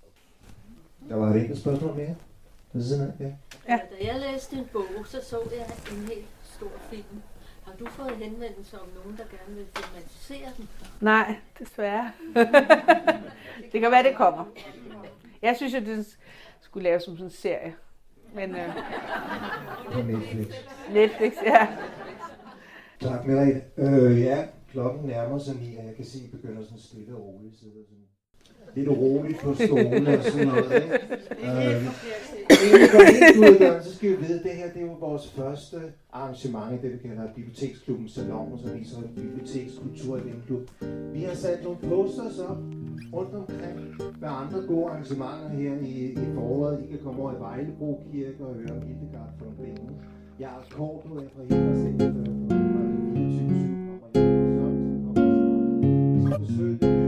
Speaker 4: Der var et enkelt spørgsmål mere. Ja.
Speaker 9: Ja. Da jeg læste en bog, så så jeg en helt stor film. Har du fået henvendelse om nogen, der gerne vil filmatisere den?
Speaker 3: Nej, desværre. Det kan være, det kommer. Jeg synes jo, det skulle laves som sådan en serie. Men, øh...
Speaker 4: Netflix.
Speaker 3: Netflix, ja.
Speaker 4: Tak, Merete. Øh, ja, klokken nærmer sig ni, og jeg kan se, at I begynder sådan stille og roligt. Sidder sådan lidt roligt på stolene og sådan noget, ikke? Øh, inden vi går helt ud af døren, så skal vi vide, at det her det er jo vores første arrangement i det, vi kalder Biblioteksklubben Salon, som viser en bibliotekskultur i den klub. Vi har sat nogle posters op rundt omkring med andre gode arrangementer her i, i foråret. I kan komme over i Vejlebro Kirke og høre Hildegard von Bingen. Jeg er kort ud af fra Hildegard fra fireogtyve syv kommer i. Vi skal besøge det.